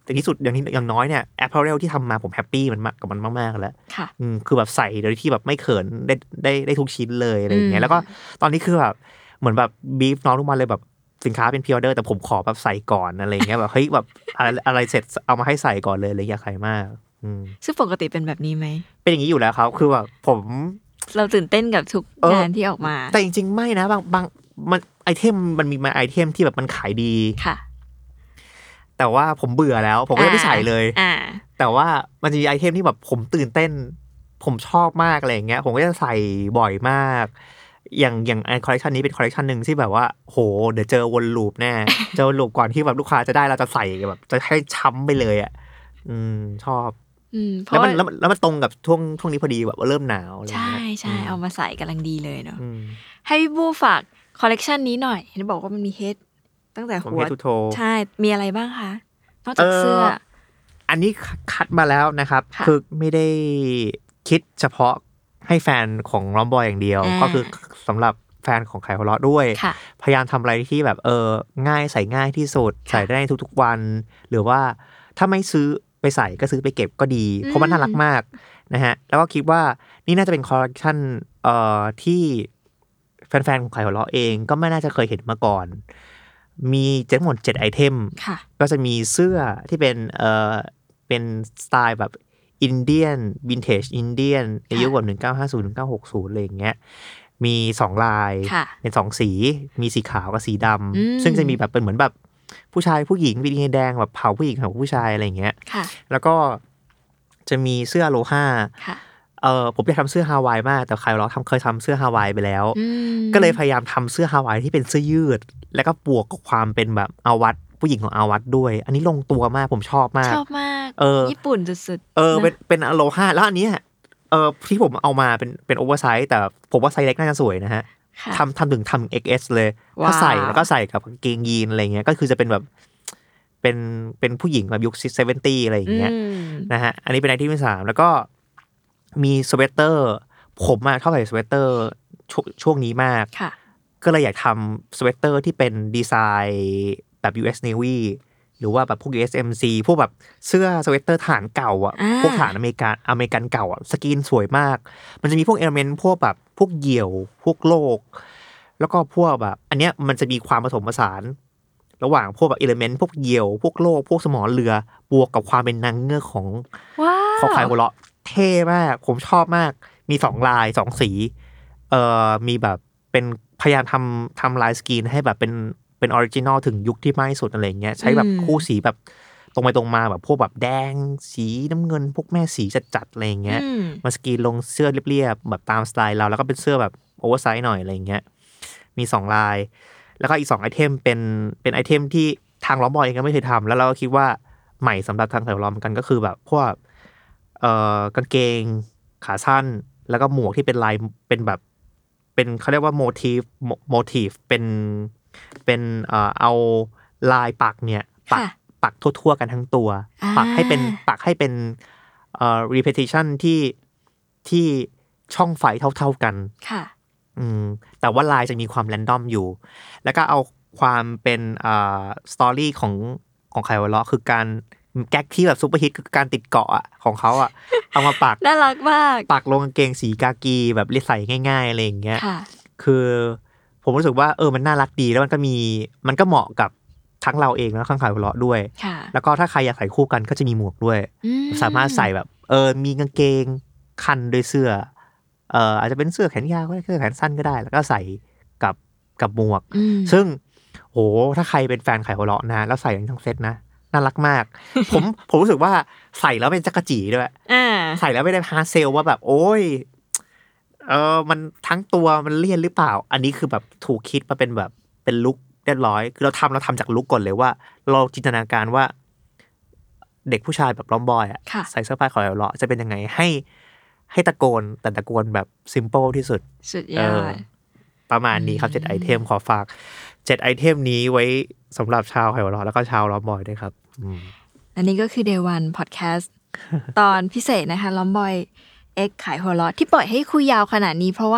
แต่ที่สุดอย่างนี้อย่างน้อยเนี่ย apparel ที่ทำมาผมแฮปปี้มันมากกับมันมากๆแล้วค่ะอืมคือแบบใส่โดยที่แบบไม่เขินได้ได้ได้ทุกชิ้นเลยอะไรอย่างเงี้ยแล้วก็ตอนนี้คือแบบเหมือนแบบบีฟน้องทุกวันเลยแบบสินค้าเป็นพรีออเดอร์แต่ผมขอแบบใส่ก่อนอะไรอย่างเงี้ยแบบเฮ้ยแบบอะไรอะไรเสร็จเอามาให้ใส่ก่อนเลยเลยอยากใส่มากอืมซึ่งปกติเป็นแบบนี้ไหมเป็นอย่างนี้อยู่แล้วครับคือแบบผมเราตื่นเต้นกับทุกงานที่ออกมาแต่จริงๆไม่นะบางบางมันไอเทมมันมีมาไอเทมที่แบบมันขายดีค่ะแต่ว่าผมเบื่อแล้วผมก็ไม่ใส่เลยแต่ว่ามันจะมีไอเทมที่แบบผมตื่นเต้นผมชอบมากอะไรอย่างเงี้ยผมก็จะใส่บ่อยมากอย่างอย่างไอคอลเลคชันนี้เป็นคอลเลคชันนึงที่แบบว่าโหเดี๋ยวเจอวนลูปแน่เจอวนลูปก่อนที่แบบลูกค้าจะได้เราจะใส่แบบจะให้ช้ำไปเลยอ่ะอืมชอบแล้วมันแล้วมันตรงกับช่วงช่วงนี้พอดีแบบว่าเริ่มหนาวใช่ใช่เอามาใส่กำลังดีเลยเนาะให้พี่บูฝากคอลเลคชันนี้หน่อยเห็นบอกว่ามันมีเฮดตั้งแต่หัวใช่มีอะไรบ้างคะนอกจากเสื้ออันนี้คัดมาแล้วนะครับคือไม่ได้คิดเฉพาะให้แฟนของล้อมบอยอย่างเดียวก็คือสำหรับแฟนของไข่หัวเราะด้วยพยายามทำอะไรที่แบบเออง่ายใส่ง่ายที่สุดใส่ได้ทุกๆวันหรือว่าถ้าไม่ซื้อไปใส่ก็ซื้อไปเก็บก็ดีเพราะมันน่ารักมากนะฮะแล้วก็คิดว่านี่น่าจะเป็นคอลเลคชันเอ่อที่แฟนๆของไข่หัวเราะเองก็ไม่น่าจะเคยเห็นมาก่อนมีทั้งหมดเจ็ดไอเทมก็จะมีเสื้อที่เป็นเอ่อเป็นสไตล์แบบอินเดียนวินเทจอินเดียนอายุแบบหนึ่งเก้าห้าศูนย์ หนึ่งเก้าหกศูนย์อะไรอย่างเงี้ยมีสองลายเป็นสองสีมีสีขาวกับสีดำซึ่งจะมีแบบเป็นเหมือนแบบผู้ชายผู้หญิงวินเทจแดงแบบเผาผู้หญิงเผาผู้ชายอะไรอย่างเงี้ยแล้วก็จะมีเสื้อโลห้าเออผมอยากทำเสื้อฮาวายมากแต่ใครเราทำเคยทำเสื้อฮาวายไปแล้วก็เลยพยายามทำเสื้อฮาวายที่เป็นเสื้อยืดแล้วก็บวกกับความเป็นแบบอาวัตผู้หญิงของอาวัตด้วยอันนี้ลงตัวมากผมชอบมากชอบมากเออญี่ปุ่นสุดๆเออเป็นเป็นอโลฮาแล้วอันนี้เออที่ผมเอามาเป็นเป็นโอเวอร์ไซส์แต่ผมว่าไซส์เล็กน่าจะสวยนะฮะทำทำถึงทำ เอ็กซ์ เอส เลยถ้าใส่แล้วก็ใส่กับกางเกงยีนอะไรเงี้ยก็คือจะเป็นแบบเป็นเป็นผู้หญิงแบบยุคเซเวนตี้อะไรอย่างเงี้ยนะฮะอันนี้เป็นไอที่ที่สามแล้วก็มีสเวตเตอร์ผมอะชอบใส่สเวตเตอร์ช่วงนี้มากก็เลยอยากทำสเวตเตอร์ที่เป็นดีไซน์แบบ ยู เอส Navy หรือว่าแบบพวก ยู เอส เอ็ม ซี พวกแบบเสื้อสเวตเตอร์ฐานเก่าอ่ะพวกฐานอเมริกันอเมริกันเก่าอ่ะสกรีนสวยมากมันจะมีพวกเอลเมนต์พวกแบบพวกเหยี่ยวพวกโลกแล้วก็พวกแบบอันเนี้ยมันจะมีความผสมผสานระหว่างพวกแบบเอลเมนต์พวกเหยี่ยวพวกโลกพวกสมอเรือบวกกับความเป็นนางเงือกของของไข่หัวเราะเท่มากผมชอบมากมีสองลายสองสีเอ่อมีแบบเป็นพยายามทำทำลายสกรีนให้แบบเป็นเป็นออริจินอลถึงยุคที่มากที่สุดอะไรเงี้ยใช้แบบคู่สีแบบตรงไปตรงมาแบบพวกแบบแดงสีน้ำเงินพวกแม่สีจัดๆอะไรเงี้ยมาสกรีนลงเสื้อเรียบๆแบบตามสไตล์เราแล้วก็เป็นเสื้อแบบโอเวอร์ไซส์หน่อยอะไรเงี้ยมีสองลายแล้วก็อีกสองไอเทมเป็นเป็นไอเทมที่ทางล้อมบอยเองก็ไม่เคยทำแล้วเราก็คิดว่าใหม่สำหรับทางไข่ล้อมกันก็คือแบบพวกเอ่อกางเกงขาสั้นแล้วก็หมวกที่เป็นลายเป็นแบบเป็นเขาเรียกว่าโมทีฟโมทีฟเป็นเป็นเอ่อเอาลายปักเนี่ยปักปักทั่วๆกันทั้งตัวปักให้เป็นปักให้เป็นเอ่อ repetition ที่ที่ช่องไฟเท่าๆกันค่ะอืมแต่ว่าลายจะมีความแรนดอมอยู่แล้วก็เอาความเป็นอ่าสตอรี่ของของไข่หัวเราะคือการแก๊กที่แบบซุปเปอร์ฮิตคือการติดเกาะอ่ะของเขาอ่ะเอามาปักน่ารักมากปักลงกางเกงสีกากีแบบเรียใส่ง่ายๆอะไรอย่างเงี้ยคือผมรู้สึกว่าเออมันน่ารักดีแล้วมันก็มีมันก็เหมาะกับทั้งเราเองแล้วข้างไข่หัวเราะด้วยแล้วก็ถ้าใครอยากใส่คู่กันก็จะมีหมวกด้วยสามารถใส่แบบเออมีกางเกงคันด้วยเสื้อเอ่ออาจจะเป็นเสื้อแขนยาวก็ได้เสื้อแขนสั้นก็ได้แล้วก็ใส่กับกับหมวกซึ่งโหถ้าใครเป็นแฟนไข่หัวเราะนะแล้วใส่ทั้งเซตนะน่ารักมากผมผมรู้สึกว่าใส่แล้วเป็นจักรจีด้วยใส่แล้วไม่ได้ฮาร์ดเซลว่าแบบโอ้ยเออมันทั้งตัวมันเลี่ยนหรือเปล่าอันนี้คือแบบถูกคิดมาเป็นแบบเป็นลุคเรียบร้อยคือเราทำเราทำจากลุคก่อนเลยว่าเราจินตนาการว่าเด็กผู้ชายแบบล้อมบอยอ่ะใส่เสื้อผ้าของเราจะเป็นยังไงให้ให้ตะโกนแต่ตะโกนแบบซิมเปิลที่สุดสุดยอดประมาณนี้ครับเจ็ดไอเทมขอฝากเจ็ดไอเทมนี้ไว้สำหรับชาวไข่หัวเราะแล้วก็ชาวล้อมบอยด้วยครับอันนี้ก็คือ Day One Podcast ตอนพิเศษนะคะล้อมบอยเอ็กขายหัวเราะที่ปล่อยให้คุยยาวขนาดนี้เพราะว่า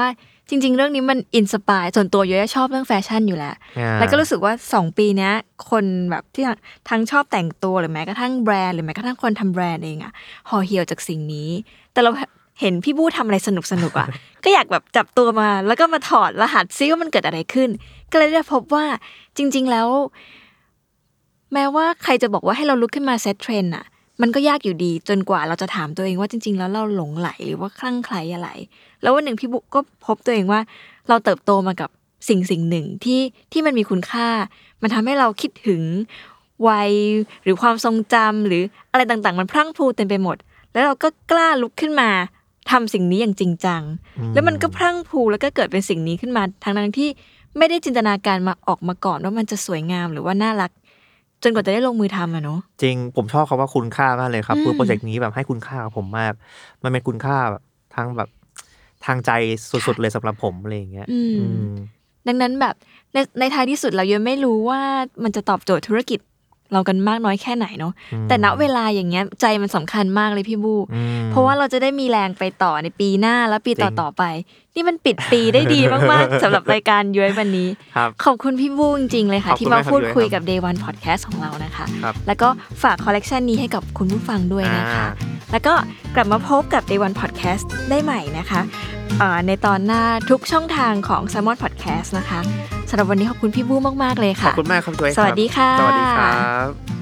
จริงๆเรื่องนี้มันอินสปายส่วนตัวย้อยชอบเรื่องแฟชั่นอยู่แล้วแล้วก็รู้สึกว่าสองปีนี้คนแบบที่ทั้งชอบแต่งตัวหรือแม้กระทั่งแบรนด์หรือแม้กระทั่งคนทำแบรนด์เองอ่ะห่อเหี่ยวจากสิ่งนี้แต่เราเห็นพี่บู้ทำอะไรสนุกๆอ่ะ ก็อยากแบบจับตัวมาแล้วก็มาถอดรหัสซิว่ามันเกิดอะไรขึ้นก็เลยได้พบว่าจริงๆแล้วแม้ว่าใครจะบอกว่าให้เราลุกขึ้นมาเซตเทรนด์อ่ะมันก็ยากอยู่ดีจนกว่าเราจะถามตัวเองว่าจริงๆแล้วเราหลงไหลหรือว่าคลั่งไคล้อะไรแล้ววันหนึ่งพี่บุ๊กก็พบตัวเองว่าเราเติบโตมากับสิ่งสิ่งหนึ่งที่ที่มันมีคุณค่ามันทำให้เราคิดถึงวัยหรือความทรงจำหรืออะไรต่างๆมันพรั่งพรูเต็มไปหมดแล้วเราก็กล้าลุกขึ้นมาทำสิ่งนี้อย่างจริงจังแล้วมันก็พรั่งพรูแล้วก็เกิดเป็นสิ่งนี้ขึ้นมาทั้งๆที่ไม่ได้จินตนาการมาออกมาก่อนว่ามันจะสวยงามหรือว่าน่ารักจนกว่าจะได้ลงมือทำอะเนาะจริงผมชอบคำว่าคุณค่ามากเลยครับโปรเจกต์นี้แบบให้คุณค่ากับผมมากมันเป็นคุณค่าแบบทั้งแบบทางใจสุดๆเลยสำหรับผมอะไรอย่างเงี้ยดังนั้นแบบในในท้ายที่สุดเรายังไม่รู้ว่ามันจะตอบโจทย์ธุรกิจเรากันมากน้อยแค่ไหนเนาะแต่ณเวลาอย่างเงี้ยใจมันสำคัญมากเลยพี่บูเพราะว่าเราจะได้มีแรงไปต่อในปีหน้าแล้วปีต่อๆไปนี่มันปิดปีได้ดีมากๆสำหรับรายการย้อยวันนี้ขอบคุณพี่บูจริงๆเลยค่ะที่มาพูดคุยกับ Day One Podcast ของเรานะคะแล้วก็ฝากคอลเลกชันนี้ให้กับคุณผู้ฟังด้วยนะคะแล้วก็กลับมาพบกับ Day One Podcast ได้ใหม่นะคะในตอนหน้าทุกช่องทางของ Salmon Podcast นะคะสำหรับวันนี้ขอบคุณพี่บูมากๆเลยค่ะขอบคุณมากครับด้วยครับสวัสดีค่ะสวัสดีครับ